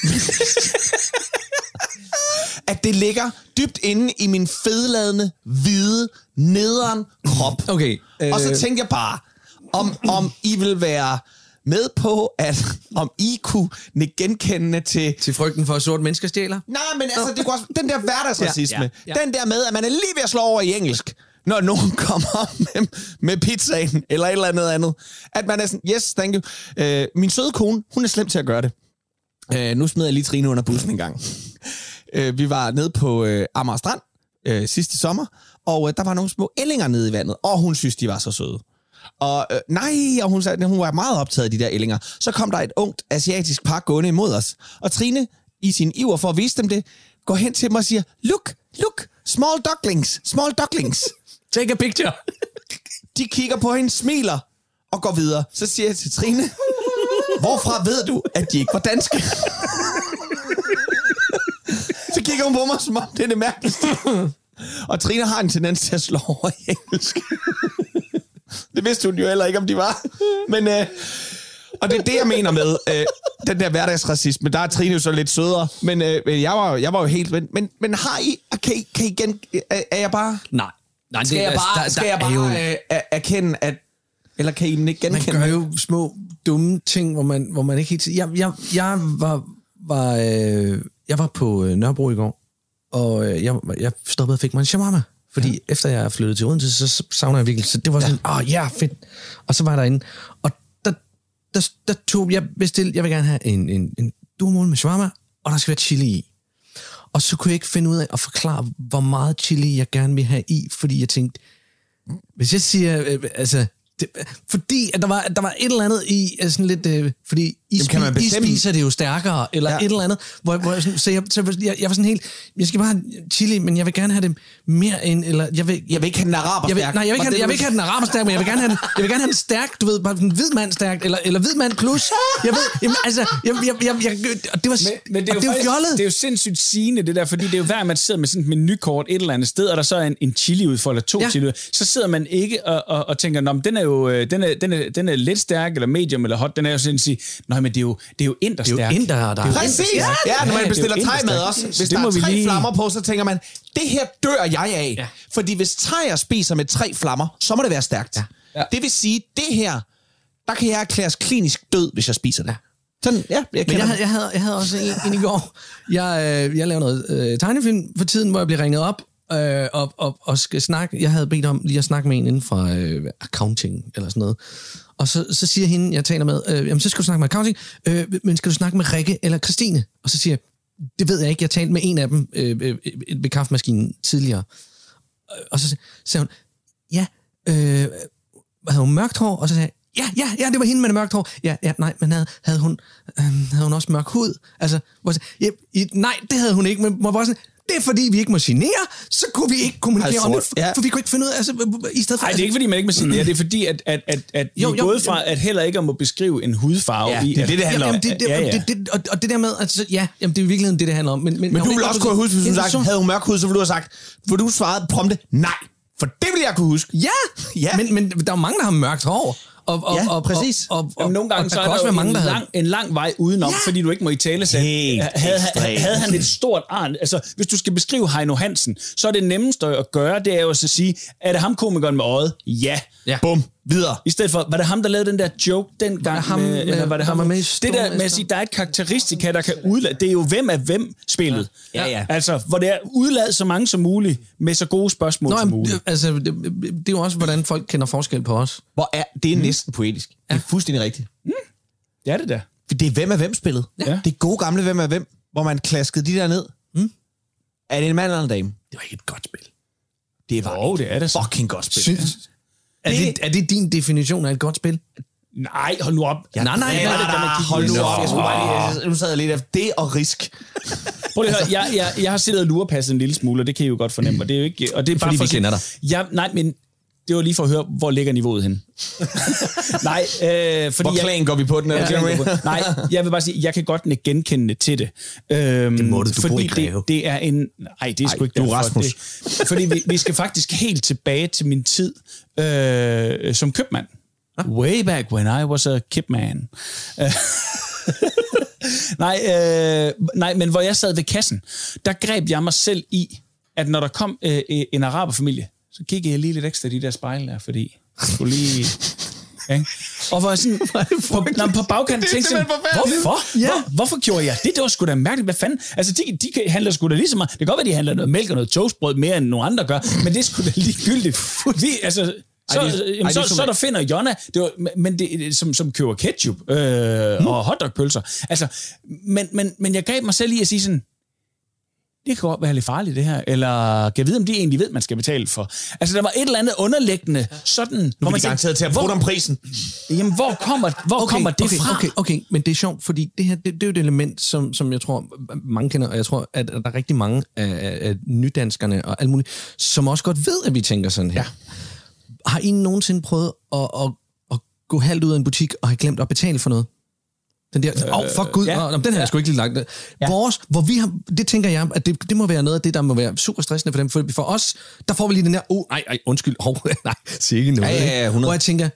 At det ligger dybt inde i min fedladende, hvide, nederen krop. Okay. Øh... Og så øh... tænkte jeg bare, om, om I vil være med på, at om I kunne genkende til... Til frygten for, at sorte mennesker stjæler? Nej, men altså, det kunne også, den der hverdagsracisme, ja, ja, ja. den der med, at man er lige ved at slå over i engelsk, når nogen kommer med, med pizzaen, eller et eller andet andet. At man er sådan, yes, thank you. Øh, min søde kone, hun er slem til at gøre det. Øh, nu smed jeg lige Trine under bussen en gang. Øh, vi var nede på øh, Amager Strand øh, sidste sommer, og øh, der var nogle små ællinger nede i vandet, og hun synes, de var så søde. Og øh, nej, og hun, sagde, hun var meget optaget af de der ællinger. Så kom der et ungt asiatisk par gående imod os, og Trine, i sin iver for at vise dem det, går hen til dem og siger, look, look, small ducklings, small ducklings. Take a picture. De kigger på hende, smiler og går videre. Så siger jeg til Trine, hvorfra ved du, at de ikke var danske? Så kigger hun på mig, som om det er det mærkeligste. Og Trine har en tendens til at slå over i engelsk. Det vidste hun jo heller ikke, om de var. Men, øh, og det er det, jeg mener med øh, den der hverdagsracisme. Der er Trine jo så lidt sødere. Men øh, jeg, var, jeg var jo helt... Men, men, men har I... Kan I, kan I gen, er, er jeg bare... Nej. Nej, skal det, jeg bare, der, skal der jeg bare jo, øh, erkende, at... Eller kan I ikke genkende? Man gør jo små, dumme ting, hvor man, hvor man ikke helt... Jeg, jeg, jeg, var, var, øh, jeg var på øh, Nørrebro i går, og øh, jeg, jeg stoppede og fik mig en shawarma. Fordi ja. Efter jeg flyttede til Odense, så savner jeg virkelig. Så det var sådan, åh ja. Oh, ja, fedt. Og så var der inde, og der, der, der tog jeg bestilt, jeg vil gerne have en, en, en duomål med shawarma, og der skal være chili i. Og så kunne jeg ikke finde ud af at forklare, hvor meget chili jeg gerne vil have i, fordi jeg tænkte, hvis jeg siger, øh, altså, det, fordi at der var der var et eller andet i sådan lidt, øh, fordi I, spi, I spiser det jo stærkere eller ja. Et eller andet, hvor, hvor jeg sådan, så, jeg, så jeg, jeg var sådan helt, jeg skal bare have chili, men jeg vil gerne have det mere end, eller jeg vil, jeg vil ikke have den araberstærk. Nej, jeg vil ikke have, jeg vil ikke have den araberstærk, men jeg vil gerne have den, jeg vil gerne have den stærk, du ved, bare en hvid mand stærk eller eller hvid mand plus. Jeg ved, jamen, altså, jeg, jeg, jeg, jeg, og det var, men, men det er jo, det er jo fjollet. Det er jo sindssygt sigende det der, fordi det er jo hver man sidder med sådan et menukort et eller andet sted, og der så er en, en chili ud for eller to ja. Chili ud, så sidder man ikke og, og, og tænker, nå, men den er jo den er, den er, den er lidt stærk, eller medium, eller hot, den er jo sådan at sige, nej, men det er jo, det er jo inderstærk. Det er jo inder, der er. Præcis! Ja, når man bestiller thai-mad også. Hvis der er tre flammer på, så tænker man, det her dør jeg af. Ja. Fordi hvis thaier spiser med tre flammer, så må det være stærkt. Ja. Ja. Det vil sige, det her, der kan jeg erklæres klinisk død, hvis jeg spiser det. Ja. Sådan, ja, jeg, Men jeg, havde, jeg, havde, jeg havde også en, en i går. Jeg, øh, jeg lavede noget øh, tegnefilm for tiden, hvor jeg blev ringet op, Øh, og, og, og skal snakke. Jeg havde bedt om lige at snakke med en inden fra øh, accounting eller sådan noget. Og så, så siger hende, jeg taler med, øh, jamen så skal du snakke med accounting, øh, men skal du snakke med Rikke eller Christine? Og så siger jeg, det ved jeg ikke, jeg talte med en af dem øh, øh, ved kaffemaskinen tidligere. Og så siger hun, ja, øh, havde hun mørkt hår? Og så sagde jeg, ja, ja, ja, det var hende med det mørkt hår. Ja, ja, nej, men havde, havde, hun, øh, havde hun også mørk hud? Altså, hvor, ja, nej, det havde hun ikke, men hvor var sådan, det er fordi, vi ikke må signere, så kunne vi ikke kommunikere Altså, om det, ja. for vi kunne ikke finde ud af, altså, i stedet for... Nej, det er ikke fordi, man ikke må signere. Det er fordi, at, at, at, at vi Jo, er jo, gået fra, at heller ikke må beskrive en hudfarve Ja, i... det er det, det handler om. Jamen, det, det, Ja, ja. Det, det, og, og det der med, altså, ja, jamen, det er i virkeligheden det, det handler om. Men, men, Men du ville også kunne have husket, hvis du sagt, havde hun mørk hud, så ville du have sagt, hvor du svarede prompte, nej, for det ville jeg kunne huske. Ja, Ja. Men, men der er jo mange, der har mørkt hår. Og, og, Ja, og, præcis. Og, og, og, Jamen, nogle gange og så der er kan der også jo være mange, en, der havde... lang, en lang vej udenom, ja. fordi du ikke må i tale sætte. Helt Havde, ekstremt. havde han et stort arn, altså hvis du skal beskrive Heino Hansen, så er det nemmeste at gøre, det er jo at sige, er det ham komikeren med øjet? Ja. Ja. Bum, videre. I stedet for, var det ham, der lavede den der joke dengang? Var det ham, med, eller var det ham, der var med i det der med at sige, der er et karakteristika, der kan udlade, det er jo hvem er hvem spillet. Ja, ja. Altså, hvor det er udlade så mange som muligt, med så gode spørgsmål Nå, som jamen, muligt. det, altså, det, det er jo også, hvordan folk kender forskel på os. Hvor er, det er mm. næsten poetisk. Det er fuldstændig rigtigt. Det er det der. For det er hvem er hvem spillet. Ja. Det er gode gamle hvem er hvem, hvor man klaskede de der ned. Mm. Er det en mand eller en dame? Det var ikke et godt spil. Det var Jo, det er det så. fucking godt spil. Synes, er, det, er det din definition af et godt spil? Nej, hold nu op. Ja, nej, nej, Ja, nej, da, da, hold nu op. Jeg skulle bare lige, nu sad jeg lidt efter det og risk. Prøv lige at høre, jeg, jeg, jeg har siddet og lurepasset en lille smule, og det kan I jo godt fornemme. Og det er jo ikke, og det er bare Fordi for vi at sige- kender dig. Ja, nej, men det var lige for at høre, hvor ligger niveauet hen. nej, øh, fordi Hvor jeg, klan går vi på den? Ja, Eller? nej, jeg vil bare sige, jeg kan godt nikke genkendende til det. Øhm, Det må du, du fordi bor i det, Greve. det er en... Nej, det er sgu Ej, ikke du er derfor. Rasmus. Det, fordi vi, vi skal faktisk helt tilbage til min tid øh, som købmand. Way back when I was a kipman. nej, øh, nej, men hvor jeg sad ved kassen, der greb jeg mig selv i, at når der kom øh, en araberfamilie, så kiggede jeg lige lidt ekstra i de der spejle der, fordi jeg skulle lige... Ikke? Og hvor jeg sådan, på, når på bagkanten tænkte jeg, hvorfor? Ja. Hvor, hvorfor gjorde jeg det? Det var sgu da mærkeligt. Hvad fanden? Altså, de, de handler sgu da lige så meget. Det kan godt være, de handler noget mælk og noget toastbrød mere, end nogle andre gør, men det er sgu da ligegyldigt. Vi, altså, så, Ej, det- jamen, ej, det er så, som- så der finder Jonna, det var, men det, som, som køber ketchup øh, hmm. og hotdogpølser. Altså, men, men, men jeg greb mig selv i at sige sådan, det kan godt være lidt farligt, det her. Eller kan jeg vide, om de egentlig ved, man skal betale for. Altså, der var et eller andet underliggende sådan... Nu er man vi tænkte, garanteret til at hvor- bruge om prisen. Jamen, hvor kommer, hvor okay, kommer det okay, fra? Okay, okay, men det er sjovt, fordi det her, det, det er jo et element, som, som jeg tror, mange kender, og jeg tror, at der er rigtig mange af, af nydanskerne og alt muligt, som også godt ved, at vi tænker sådan her. Ja. Har I nogensinde prøvet at, at, at gå halvt ud af en butik og have glemt at betale for noget? Den der, åh, øh, oh, fuck gud, ja. ja. den her er sgu ikke lige lagt. Ja. Vores, hvor vi har, det tænker jeg, at det, det må være noget af det, der må være super stressende for dem. For, for os, der får vi lige den der, oh, nej, nej, undskyld, oh, nej, sig ikke noget. Ja, ja, ja, ikke? Hvor jeg tænker,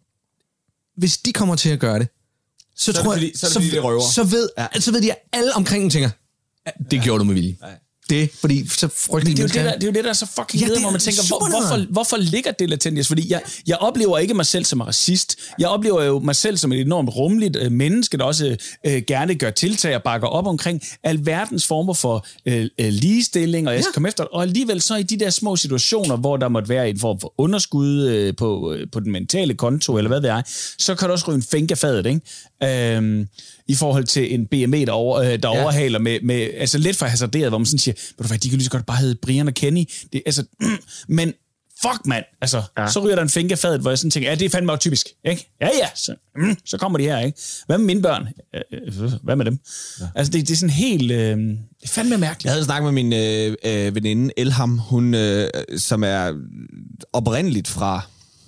hvis de kommer til at gøre det, så, Så er det tror fordi- jeg, så er det fordi, de røver. så, ved, ja. så ved de, at alle omkring dem tænker, "Ja, det gjorde du med vilje. Det, fordi så frygtelige Det er, jo det, mennesker- der, det er jo det, der er så fucking Ja, ja, det hvor er man tænker, hvor, super hvorfor, nederen. hvorfor ligger det latentius? Fordi jeg, jeg oplever ikke mig selv som racist. Jeg oplever jo mig selv som et enormt rummeligt øh, menneske, der også øh, gerne gør tiltag og bakker op omkring alverdens former for øh, øh, ligestilling, og jeg skal Ja. komme efter. Og alligevel så i de der små situationer, hvor der måtte være en form for underskud øh, på, øh, på den mentale konto, eller hvad det er, så kan der også ryge en fænk af fadet, ikke? Øhm, i forhold til en B M W, der, over, øh, der ja. overhaler med, med, altså lidt for hasarderet, hvor man sådan siger, ved du hvad, de kan lige så godt bare hedde Brian og Kenny. Det, altså, men fuck mand, altså, ja. så ryger der en fink af fadet, hvor jeg sådan tænker, ja, det er fandme også typisk, ikke? Ja, ja, så, mm, så kommer de her, ikke? Hvad med mine børn? Øh, hvad med dem? Ja. Altså, det, det er sådan helt, øh, det er fandme mærkeligt. Jeg havde en snak med min øh, øh, veninde Elham, hun, øh, som er oprindeligt fra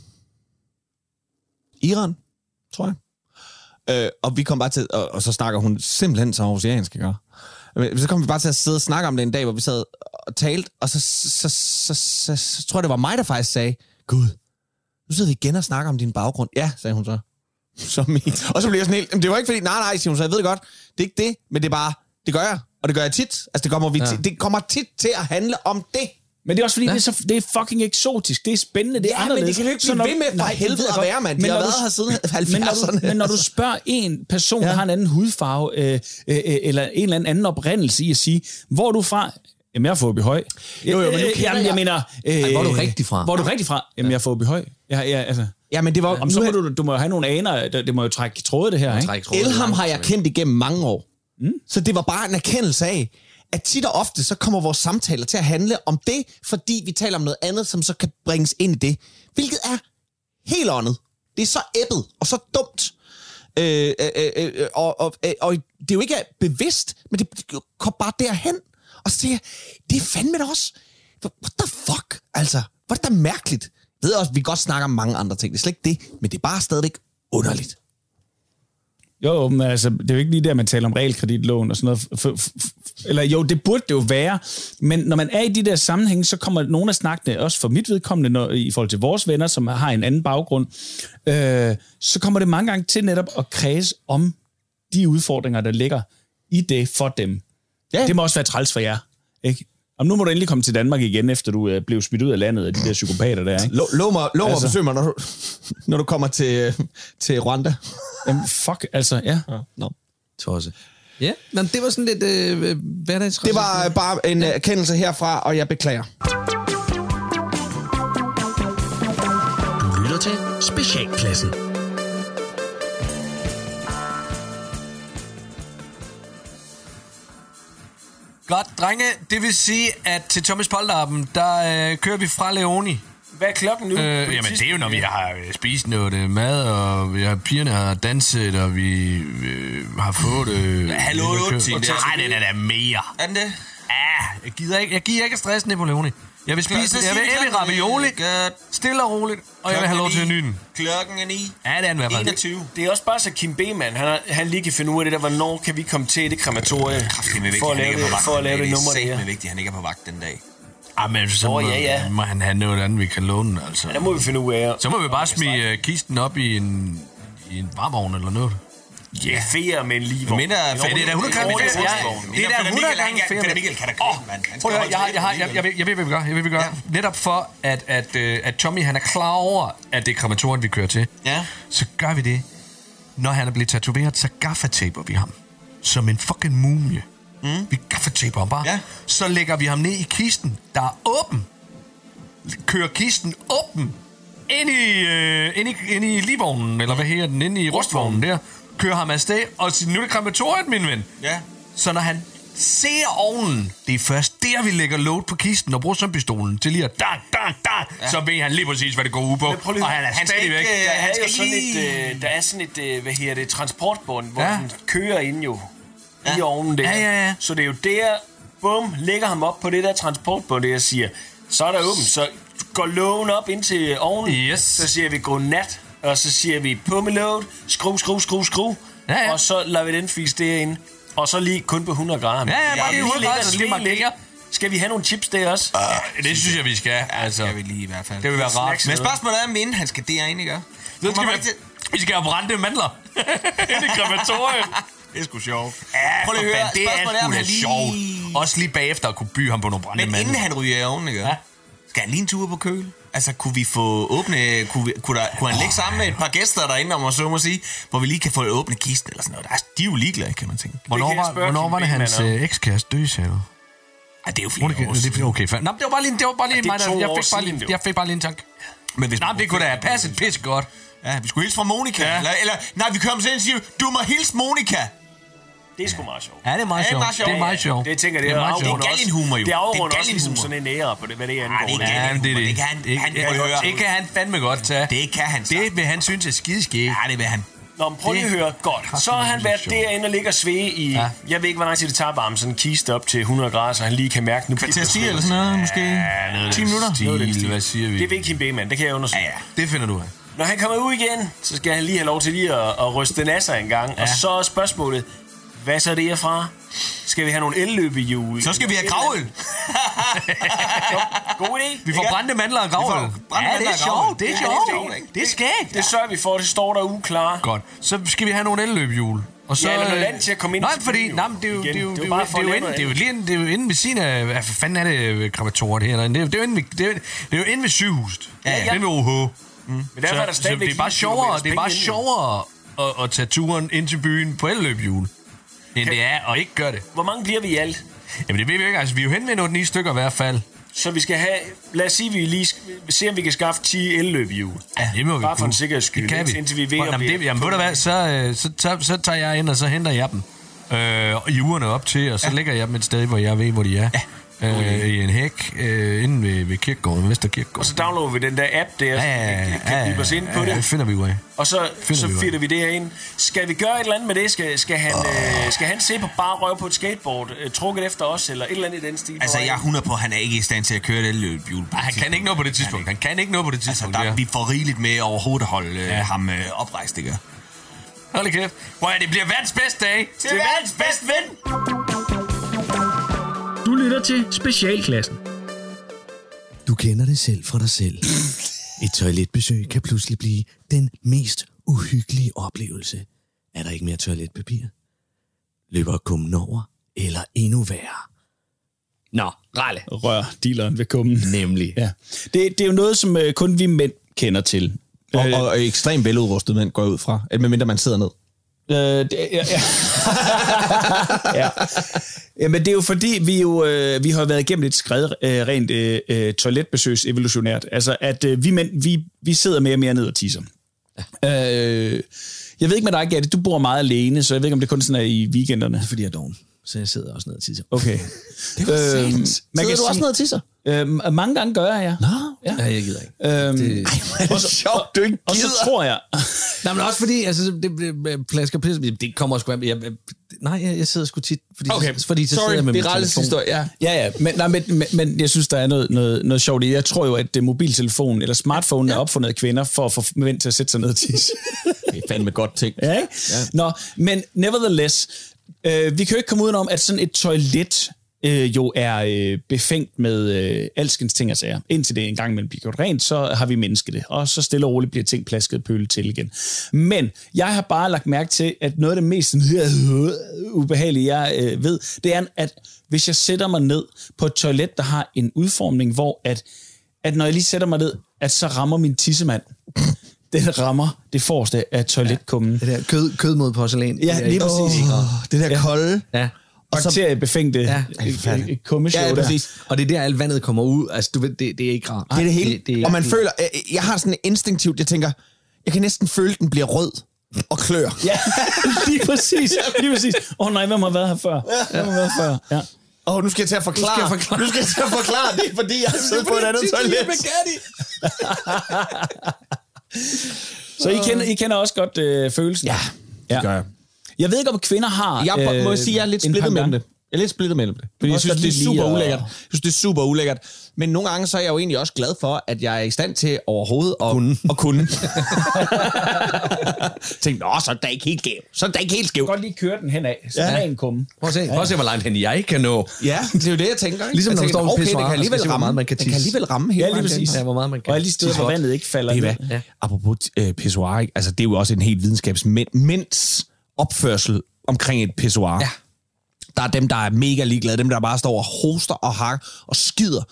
Iran, tror jeg. Øh, og vi kom bare til, og, og så snakker hun simpelthen som oceansk, ikke? Men så kom vi bare til at sidde og snakke om det en dag, hvor vi sad og talte, og så, så, så, så, så, så tror jeg, det var mig, der faktisk sagde, Gud, nu sidder vi igen og snakker om din baggrund. Ja, sagde hun så. Som i, og så blev jeg sådan helt, "Jamen, det var ikke fordi, nej, nej, siger hun så, jeg ved det godt, det er ikke det, men det er bare, det gør jeg, og det gør jeg tit. Altså, det kommer, vi Ja. ja. det kommer tit til at handle om det. Men det er også fordi, Ja. det, er så, det er fucking eksotisk, det er spændende, det er Ja, men anderledes. det kan jo ikke Så blive når- ved med for Nej, det helvede ved jeg at godt. være, mand. De Men har når været du- her siden Men når, halvfjerdserne. du, men når du spørger en person, ja. der har en anden hudfarve, øh, øh, eller en eller anden oprindelse i at sige, hvor er du fra? Jamen, jeg er fra Åbyhøj. Jo, jo, men nu Øh, kender Jamen, jeg jeg- mener... Øh, Ej, hvor er du rigtig fra? Hvor er du rigtig fra? Jamen, jeg er fra Åbyhøj. Jeg, jeg, altså, Ja, men det var... om, så må du, du må jo have nogle aner, det, det må jo trække tråde, det her, ikke? Træk tråden Elham langt, har jeg men- kendt igennem mange år. Mm. Så det var bare en erkendelse af, at tit og ofte, så kommer vores samtaler til at handle om det, fordi vi taler om noget andet, som så kan bringes ind i det. Hvilket er helt åndet. Det er så æbbet og så dumt. Øh, øh, øh, øh, og, og, øh, og det er jo ikke bevidst, men det går bare derhen. Og så tænker jeg, det er fandme da også... What the fuck? Altså, hvor er det da mærkeligt? Jeg ved også, vi kan godt snakke om mange andre ting. Det er slet ikke det, men det er bare stadigvæk underligt. Jo, men altså, det er jo ikke lige der, man taler om realkreditlån og sådan noget. For, for, eller jo, det burde det jo være, men når man er i de der sammenhænge, så kommer nogle af snakkene, også for mit vedkommende, når, i forhold til vores venner, som har en anden baggrund, øh, så kommer det mange gange til netop at kredse om de udfordringer, der ligger i det for dem. Ja. Det må også være træls for jer, ikke? Om nu må du endelig komme til Danmark igen, efter du øh, blev smidt ud af landet af de der psykopater der, ikke? Lov mig, lov mig altså. besøg mig, når du, når du kommer til, til Rwanda. Jamen, fuck, altså, ja. ja no. Tosse. Ja, men det var sådan lidt øh, hverdagsrejse. Det var øh, bare en ja. erkendelse herfra, og jeg beklager. Du lytter til Specialklassen. Godt, drenge. Det vil sige, at til Thomas Polterappen, der øh, kører vi fra Leoni. Hvad er klokken nu? Øh, jamen, det er jo, når vi har spist noget øh, mad, og vi har, pigerne har danset, og vi øh, har fået... Øh, ja, hallo, otte timer. Nej, den er da mere. Er den det? Ja, jeg gider ikke, jeg giver ikke stress ned på Leoni. Jeg vil spise, jeg vil æble ravioli, stille og roligt, og jeg vil have lov til at nyde den. Klokken er ni. Ja, det er den i hvert fald. enogtyve. Det er også bare så Kim Bemann, han, han lige kan finde ud af det der, hvornår kan vi komme til det krematorie for at lave det, for at lave det nummer der. Det er sæt vigtigt, han ikke er på vagt den dag. Ah, men så må, oh, ja, ja. må han have noget andet, vi kan låne, altså. Ja, det må vi finde ud af. Så må vi bare smide kisten op i en, i en varmvogn eller noget. Ja, yeah. Ferie med en livvogn. Det er da hundrede gange ferie. Det er da hundrede gange ferie. Peter Mikkel kan da grine, mand. Prøv at høre, jeg, jeg, jeg, jeg, jeg ved, hvad vi gør. Jeg ved, hvad vi gør. Ja. Netop for, at, at, at Tommy, han er klar over, at det er krematoriet, vi kører til. Ja. Så gør vi det. Når han er blevet tatoveret, så gaffataper vi ham. Som en fucking mumie. Mm. Vi gaffataper ham bare. Ja. Så lægger vi ham ned i kisten, der er åben. Kører kisten åben. Ind i, øh, ind i, ind i livvognen, eller hvad hedder den? Ind i rustvognen der. Kører ham afsted, og siger, nu er det krematoriet, min ven. Ja. Så når han ser ovnen, det er først der, vi lægger load på kisten og bruger sømpistolen til lige at da, da, da, ja. Så ved han lige præcis, hvad det går ud på. Og han er stadigvæk. Øh, der, han skal sådan et, øh, der er sådan et, øh, hvad hedder det, transportbånd, hvor ja. den kører ind jo ja. i ovnen der. Ja, ja, ja. Så det er jo der, bum, lægger ham op på det der transportbånd, der siger, så er der åben, så går lågen op ind til ovnen, yes. Så siger vi godnat. Og så siger vi på med load, skru, skru, skru, skru. Ja, ja. Og så lader vi den fise derinde. Og så lige kun på hundrede gram. Ja, ja, bare lige hundrede gram, så lige markerer. Skal vi have nogle chips der også? Uh, det synes jeg, vi skal. Ja, altså, skal vi lige i hvert fald. Det vil være rart. Men spørgsmålet er, om inden han skal derind, ikke? Så skal vi, vi skal have brændte mandler. Ind i krematoriet. Det er sgu sjovt. Ja, prøv lige at høre. Det er sgu da sjovt. Også lige bagefter at kunne by ham på nogle brændte mandler. Men inden han ryger i ovnen, ikke? Ja. Skal han lige en tur på køl? Altså, kunne vi få åbne... Kunne, vi, kunne, der, kunne han ligge sammen med et par gæster derinde, om man så må sige, hvor vi lige kan få åbne kisten eller sådan noget? Altså, de er jo ligeglade, kan man tænke. Hvornår var, hvornår var det hans øh, ekskæreste døde, sagde du? Ja, det er jo flere okay, år siden. Okay, fair. Nå, det var bare lige, det var bare lige mig, der, jeg, fik bare lige, jeg fik bare lige en tanke. Men hvis nej, det kunne da have passet pisse godt. Ja, vi skulle hilse fra Monika. Ja. Eller, eller, nej, vi kommer til og siger, du må hilse Monika. Det er sgu meget sjovt. Ja, det er meget sjovt. Det er meget sjovt. Det tænker jeg, det er afrundet også. Det er Det er afrundet også ligesom sådan en ære på det, hvad det er angår. Ja, det er det. Det kan han, han det, høre. Det kan han fandme godt tage. Det kan han så. Det vil han synes er skideskægt. Ja, det vil han. Nå, men prøv lige at høre. Godt. Så har han været derinde og ligger og svæge i... Ja. Jeg ved ikke, hvor lang tid det tager bare sådan en kiste op til hundrede grader, så han lige kan mærke... Kvarter ti eller sådan noget, måske? Ja, noget ti minutter? Stil, hvad siger vi? Det ved Kim Bemann, det kan jeg undersøge. Ja, ja. Det finder du af. Når han kommer ud igen, så skal han lige have lov til lige at, at ryste den af sig en gang. Ja. Og så er spørgsmålet, hvad så er det herfra? Skal vi have nogle elløbehjul? Så skal vi have gravøl. God idé. Vi får brændte mandler og gravøl. Ja, det er sjovt. Det er sjovt. Det er skægt. Det sørger vi for, det står der uklar. Godt. Så skal vi have nogle elløbehjul. Og så, ja, eller noget land til at komme ind. Nej, fordi nej, det er jo det er jo det er jo det er jo inde ved siden af hvad fanden er det krematoriet her. Det er jo inde det er jo inde ved sygehuset. Ja, ja. Inde ved O H. Men derfor er der stadigvæk det er bare sjovere, det er bare sjovere at, at tage turen ind til byen på elløbehjul, end det er at ikke gøre det. Hvor mange bliver vi i alt? Jamen det ved vi ikke. Altså vi er jo hen med nogle ni stykker i hvert fald. Så vi skal have, lad os sige, vi lige se om vi kan skaffe ti elløbehjul. Ja, det må vi. Bare for en sikkerheds skyld, det kan vi. Indtil vi ved, jamen, det, jamen ved du hvad, så, så, så, så tager jeg ind, og så henter jeg dem øh, i ugerne op til, og så ja. lægger jeg dem et sted, hvor jeg ved, hvor de er. Ja. øh, i en hæk øh, inde ved, ved kirkegården, Vester Kirkegård. Og så downloader vi den der app der, ja, ja, ja, kan ja, vi os ind på ja, det. det finder vi ud af. Og så, Finder så vi finder vi det her ind. Skal vi gøre et eller andet med det? Skal, skal, han, oh. øh, skal han se på bare røv på et skateboard, øh, trukket efter os, eller et eller andet i den stil? Altså, jeg er hundrede på, at han er ikke i stand til at køre det løbehjul. Han kan ikke nå på det tidspunkt. Han kan ikke nå på det tidspunkt. Altså, der, vi får rigeligt med overhovedet at holde ja. ham øh, oprejst, det gør. Hold kæft. Hvor er det bliver verdens bedste dag. Til verdens bedste ven! Du lytter til Specialklassen. Du kender det selv fra dig selv. Et toiletbesøg kan pludselig blive den mest uhyggelige oplevelse. Er der ikke mere toiletpapir? Løber kummen over? Eller endnu værre? Nå, Ralle. Rør dealeren ved kummen. Nemlig. Ja. Det, det er jo noget, som øh, kun vi mænd kender til. Og, og, og ekstremt veludrustet mænd går ud fra, medmindre man sidder ned. Øh, det, ja, ja. ja. Jamen, det er jo fordi, vi jo øh, vi har været igennem et skred øh, rent øh, toiletbesøgs evolutionært. Altså, at øh, vi mænd, vi, vi sidder mere og mere ned og tisser. Ja. Øh, jeg ved ikke med dig, Gatti, du bor meget alene, så jeg ved ikke, om det kun sådan er i weekenderne. Det er fordi, jeg er doven. Så jeg sidder også ned og tisser. Okay. Det var øhm, man sidder kan du også ned og tisser? Øhm, mange gange gør jeg, ja. Nå, ja. Ja, jeg gider ikke. Øhm, det, Ej, det er sjovt, du ikke gider. Og så tror jeg... Nej, men også fordi, altså, det, det, plasker pisse, det kommer også... Jeg, jeg, nej, jeg, jeg sidder sgu tit, fordi, okay. fordi så Sorry, sidder jeg med det min er telefon. historie, ja. Ja, ja, men, nej, men, men, men jeg synes, der er noget, noget, noget sjovt i. Jeg tror jo, at mobiltelefonen eller smartphone ja. er opfundet af kvinder for at få mænd til at sætte sig ned og tisse. Det er fandme godt ting. Ja, ikke? Ja. Nå, men nevertheless, øh, vi kan jo ikke komme udenom, at sådan et toilet øh, jo er øh, befængt med øh, alskens ting og sager. Indtil det en gang imellem bliver gjort rent, så har vi mennesket det. Og så stille og roligt bliver ting plasket pøle til igen. Men jeg har bare lagt mærke til, at noget af det mest øh, ubehagelige, jeg øh, ved, det er, at hvis jeg sætter mig ned på et toilet, der har en udformning, hvor at, at når jeg lige sætter mig ned, at så rammer min tissemand. Den rammer det forreste af toiletkummen. Ja, det der kød, kød mod porcelæn. Ja, lige præcis. Oh, det der ja. kolde. Ja. Bakteriebefængte ja, kummeshow. Ja, præcis. Og det er der, alt vandet kommer ud. Altså, du ved, det, det er ikke rart. Det er det hele. Det, det er, og man det, føler, jeg har sådan instinktivt, jeg tænker, jeg kan næsten føle, at den bliver rød og klør. Ja, lige præcis. Lige præcis. Åh oh, nej, hvem har været her før? Hvem har været her før? Ja. Åh, oh, nu skal jeg til at forklare. Nu skal jeg, forklare. Nu skal jeg til at forklare det, fordi jeg sidder på et andet toilet. Så I kender, I kender også godt øh, følelsen? Ja, det ja. gør jeg. Jeg ved ikke, om kvinder har... Jeg øh, må sige, jeg er lidt splittet mellem det. Jeg er lidt splittet mellem det. Fordi jeg synes, det er super og... ulækkert. Jeg synes, det er super ulækkert. Men nogle gange så er jeg jo egentlig også glad for, at jeg er i stand til overhovedet at kunne. At kunne. Tænk, nå, så er det ikke helt skævt. Så er det ikke helt skævt. Jeg kan godt lige køre den henad. Så ja. er en kumme. Prøv at se, prøv at se hvor langt hen jeg kan nå. Ja, det er jo det, jeg tænker. Ikke? Ligesom jeg når tænker, du står okay, en det kan alligevel ramme. Meget, man kan det kan alligevel ramme hele ja, lige præcis. Ja, hvor meget man kan. Og alle de steder, hvor vandet ikke falder ned. Ja. Apropos øh, pissoir, ikke? Altså, det er jo også en helt videnskabsmænds opførsel omkring et pissoir. Ja. Der er dem, der er mega ligeglade. Dem, der bare står og hoster og hakker og skider.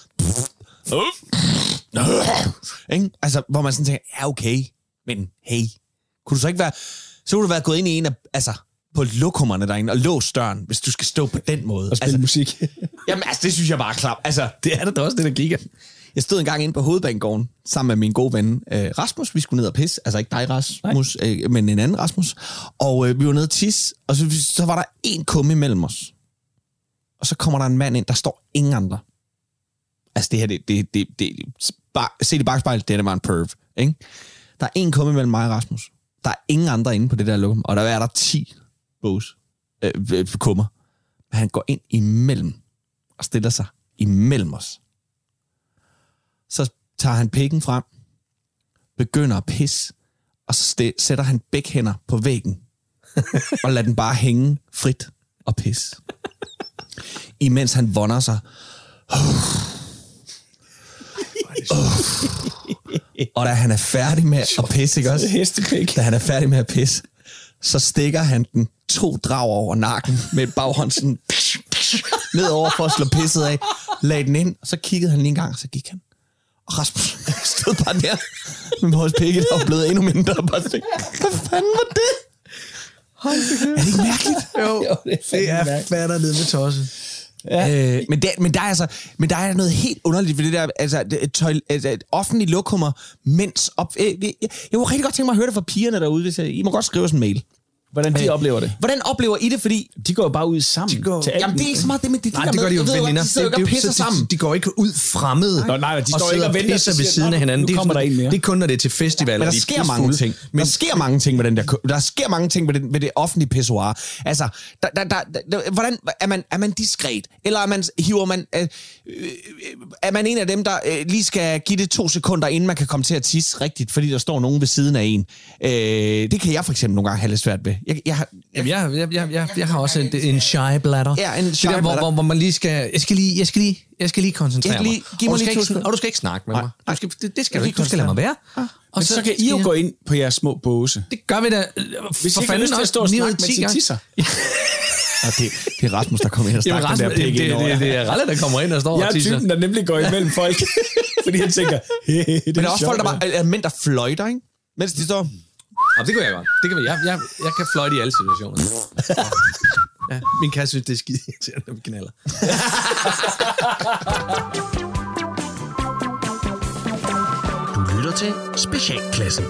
Ikke? Altså, hvor man sådan tænker, ja okay, men hey, kunne du så ikke være... Så kunne du være gået ind i en af... Altså, på lokummerne derinde og låst døren, hvis du skal stå på den måde. Og spille altså, musik. Jamen, altså, det synes jeg bare er klart. Altså, det er det da også, det der kigger. Jeg stod en gang inde på Hovedbanegården sammen med min gode ven øh, Rasmus. Vi skulle ned og pisse. Altså ikke dig, Rasmus, øh, men en anden Rasmus. Og øh, vi var nede og tisse, og så, så var der en kumme imellem os. Og så kommer der en mand ind, der står ingen andre. Altså det her, det, det, det, det bare, se det bagspejl, det er bare en perv, ikke? Der er en kumme mellem mig og Rasmus. Der er ingen andre inde på det der lokum, og der er der ti bås, øh, kummer. Men han går ind imellem og stiller sig imellem os. Så tager han pikken frem, begynder at pisse, og så st- sætter han begge hænder på væggen, og lader den bare hænge frit og pisse. Imens han vonder sig. Og da han er færdig med at pisse, ikke også? Hestepik. Da han er færdig med at pisse, så stikker han den to drag over nakken med et baghånd sådan nedover for at slå pisset af. Lagde den ind, og så kiggede han lige en gang, og så gik han. Og Rasmus stod bare der med vores pikke, der var blevet endnu mindre. Og bare tænkte, hvad fanden var det? Hold det, er det ikke mærkeligt? Jo, jo det er, det er fatter ned med tosset. Ja. Øh, men, der, men, der er altså, men der er noget helt underligt ved det der, altså et, tøj, altså, et offentligt lokummer, mens op... Jeg, jeg, jeg kunne rigtig godt tænke mig at høre det fra pigerne derude, hvis jeg, I må godt skrive os en mail. Hvordan de øh, oplever det? Hvordan oplever I det? Fordi de går jo bare ud sammen. De går, til alt. Jamen, det er ikke så meget det med det. Nej, det gør de jo veninder. De sidder jo ikke og pisser sammen. De går ikke ud fremmede Nå, nej, de og står ikke og venter pisser ved siden af hinanden. Nu kommer der en mere. Det er kun, når det er til festivaler. Men der sker mange ting. Men der sker mange ting med den der. Der sker mange ting med, den, med det offentlige pissoir. Altså, der, der, der, der, hvordan er man, er man diskret? Eller er man, hiver man, øh, er man en af dem, der øh, lige skal give det to sekunder, inden man kan komme til at tisse rigtigt, fordi der står nogen ved siden af en? Øh, det kan jeg for eksempel nogle gange have lidt svært ved. Jeg, jeg, jeg, jeg, jeg, jeg, jeg, jeg har også en, en shy bladder. Ja, en shy det der, hvor, hvor, hvor man lige skal... Jeg skal lige, jeg skal lige, jeg skal lige koncentrere jeg lige, mig. Og du, lige ikke, og du skal ikke snakke med mig. Du skal, det, det skal du ikke. Du skal lade mig være. Ja. Og så, så kan I jo gå ind på jeres små båse. Det gør vi da. Hvis I ikke har lyst til at stå og snakke, mens I tisser. Ja, det, det er Rasmus, der kommer ind og snakker den der pæk ind over. Det, det er Ralle, der kommer ind og står jeg og tisser. Jeg er typen, der nemlig går imellem folk. Fordi han tænker, hey, det er Men der er også sjovt, folk, der bare er mænd, der fløjter, ikke? Mens de står... Ja, det kan jeg godt. Det kan jeg. Jeg, jeg, jeg kan fløjte i alle situationer. Ja, min kæreste synes, det er skide irriterende, når vi knaller. Du lytter til Specialklassen.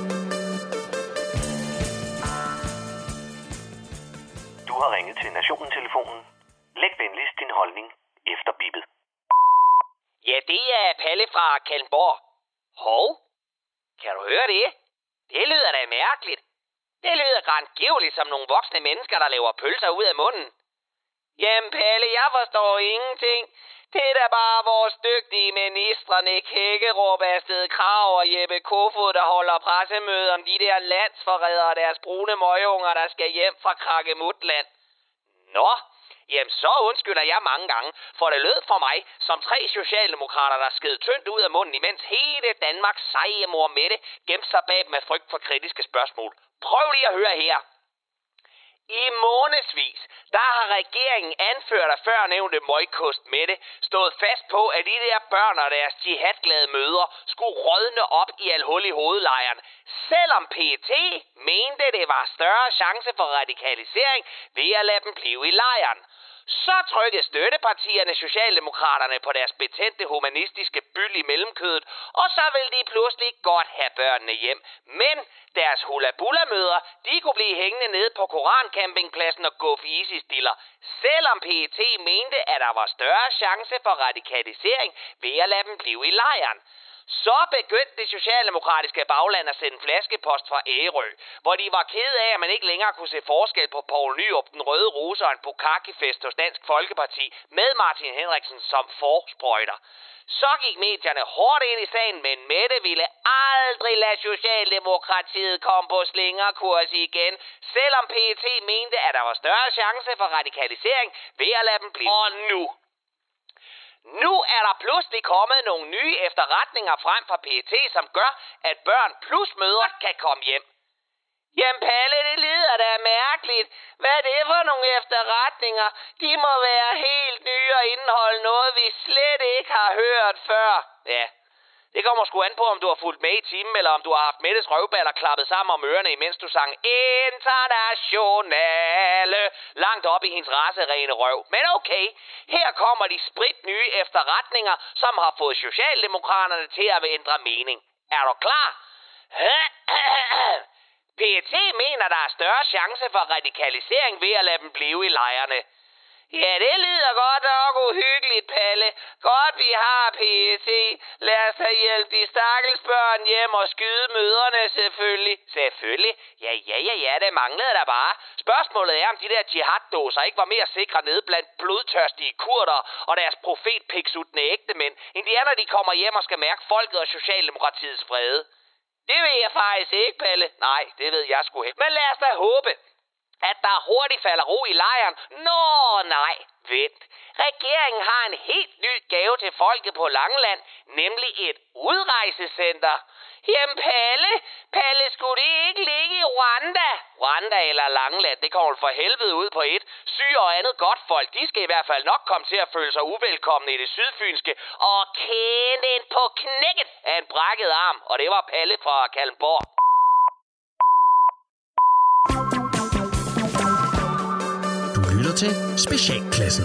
Du har ringet til Nationen-telefonen. Læg venligst din holdning efter bippet. Ja, det er Palle fra Kalmborg. Hov, kan du høre det? Det lyder da mærkeligt. Det lyder grandgivligt som nogle voksne mennesker, der laver pølser ud af munden. Jamen Palle, jeg forstår ingenting. Det er da bare vores dygtige ministre, Nick Hækkerup, Astrid Krag og Jeppe Kofod, der holder pressemøder om de der landsforrædere og deres brune møgunger, der skal hjem fra Krakkemutland. Nå, jamen så undskylder jeg mange gange, for det lød for mig som tre socialdemokrater, der sked tyndt ud af munden, imens hele Danmarks seje mor Mette gemte sig bag med frygt for kritiske spørgsmål. Prøv lige at høre her. I månedsvis, der har regeringen anført af førnævnte møgkost Mette stået fast på, at de der børn og deres jihadglade mødre skulle rådne op i al hul i hovedlejren, selvom P E T mente, det var større chance for radikalisering ved at lade dem blive i lejren. Så trykkede støttepartierne Socialdemokraterne på deres betændte humanistiske byld i mellemkødet, og så ville de pludselig godt have børnene hjem. Men deres hula-bula-mødre, de kunne blive hængende nede på Korancampingpladsen og gå easy-stiller, selvom P E T mente, at der var større chance for radikalisering ved at lade dem blive i lejren. Så begyndte det socialdemokratiske bagland at sende flaskepost fra Ærø, hvor de var ked af, at man ikke længere kunne se forskel på Poul Nyrup, den røde rose og en Bukaki-fest hos Dansk Folkeparti med Martin Henriksen som forsprøjter. Så gik medierne hårdt ind i sagen, men Mette ville aldrig lade Socialdemokratiet komme på slingerkurs igen, selvom P E T mente, at der var større chance for radikalisering ved at lade dem blive. Og nu... Nu er der pludselig kommet nogle nye efterretninger frem fra P E T, som gør, at børn plus mødre kan komme hjem. Jamen Palle, det lyder da mærkeligt. Hvad er det for nogle efterretninger? De må være helt nye og indeholde noget, vi slet ikke har hørt før. Ja, det kommer sgu an på, om du har fulgt med i timen, eller om du har haft Mettes røvballer klappet sammen om ørerne, imens du sang Internationale langt op i hendes racerene røv. Men okay, her kommer de sprit nye efterretninger, som har fået Socialdemokraterne til at ændre mening. Er du klar? P E T mener, der er større chance for radikalisering ved at lade dem blive i lejrene. Ja, det lyder godt nok uhyggeligt, Palle. Godt, vi har P E T. Lad os da hjælpe de stakkels børn hjem og skyde mødrene, selvfølgelig. Selvfølgelig? Ja, ja, ja, ja, det manglede der bare. Spørgsmålet er, om de der jihad-dåser ikke var mere sikre nede blandt blodtørstige kurder og deres profetpiksuttende ægtemænd, end de er, når de kommer hjem og skal mærke folket og Socialdemokratiets vrede. Det ved jeg faktisk ikke, Palle. Nej, det ved jeg sgu ikke. Men lad os da håbe, at der hurtigt falder ro i lejren. Nå, nej, vent. Regeringen har en helt ny gave til folket på Langeland, nemlig et udrejsecenter. Jamen Palle, Palle, skulle det ikke ligge i Rwanda? Rwanda eller Langeland, det kommer for helvede ud på et. Syge og andet godt folk, de skal i hvert fald nok komme til at føle sig uvelkomne i det sydfynske og kende ind på knækket af en brækket arm. Og det var Palle fra Kalmborg. Du lytter til Specialklassen.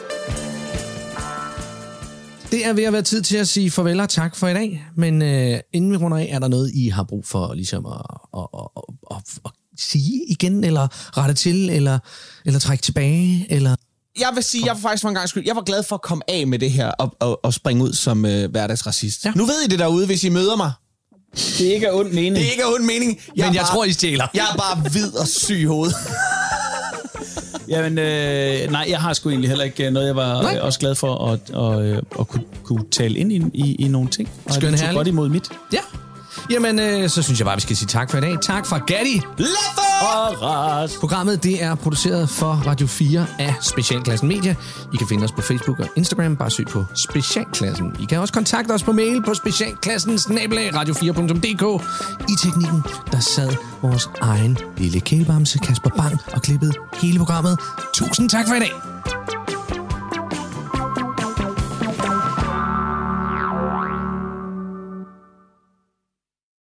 Det er ved at være tid til at sige farvel og tak for i dag, men øh, inden vi runder af, er der noget, I har brug for ligesom at, at, at, at, at sige igen, eller rette til, eller, eller trække tilbage, eller... Jeg vil sige, jeg var faktisk for en gang skyld, jeg var glad for at komme af med det her og, og, og springe ud som øh, hverdagsracist. Ja. Nu ved I det derude, hvis I møder mig. Det er ikke af ond mening. Det er ikke af ond mening. Jeg Men jeg bare, tror, I stjæler. Jeg er bare hvid og syg i hovedet. Jamen, øh, nej, jeg har sgu egentlig heller ikke noget, jeg var øh, også glad for at, og, øh, at kunne, kunne tale ind i, i, i nogle ting. Og Skøn det tog herlig. godt imod mit. Ja. Jamen, øh, så synes jeg bare, vi skal sige tak for i dag. Tak fra Gatti. Og Ras. Programmet det er produceret for Radio fire af Specialklassen Media. I kan finde os på Facebook og Instagram. Bare søg på Specialklassen. I kan også kontakte os på mail på specialklassen snabel-a radio fire punktum d k. I teknikken, der sad vores egen lille kælebamse Kasper Bang og klippede hele programmet. Tusind tak for i dag.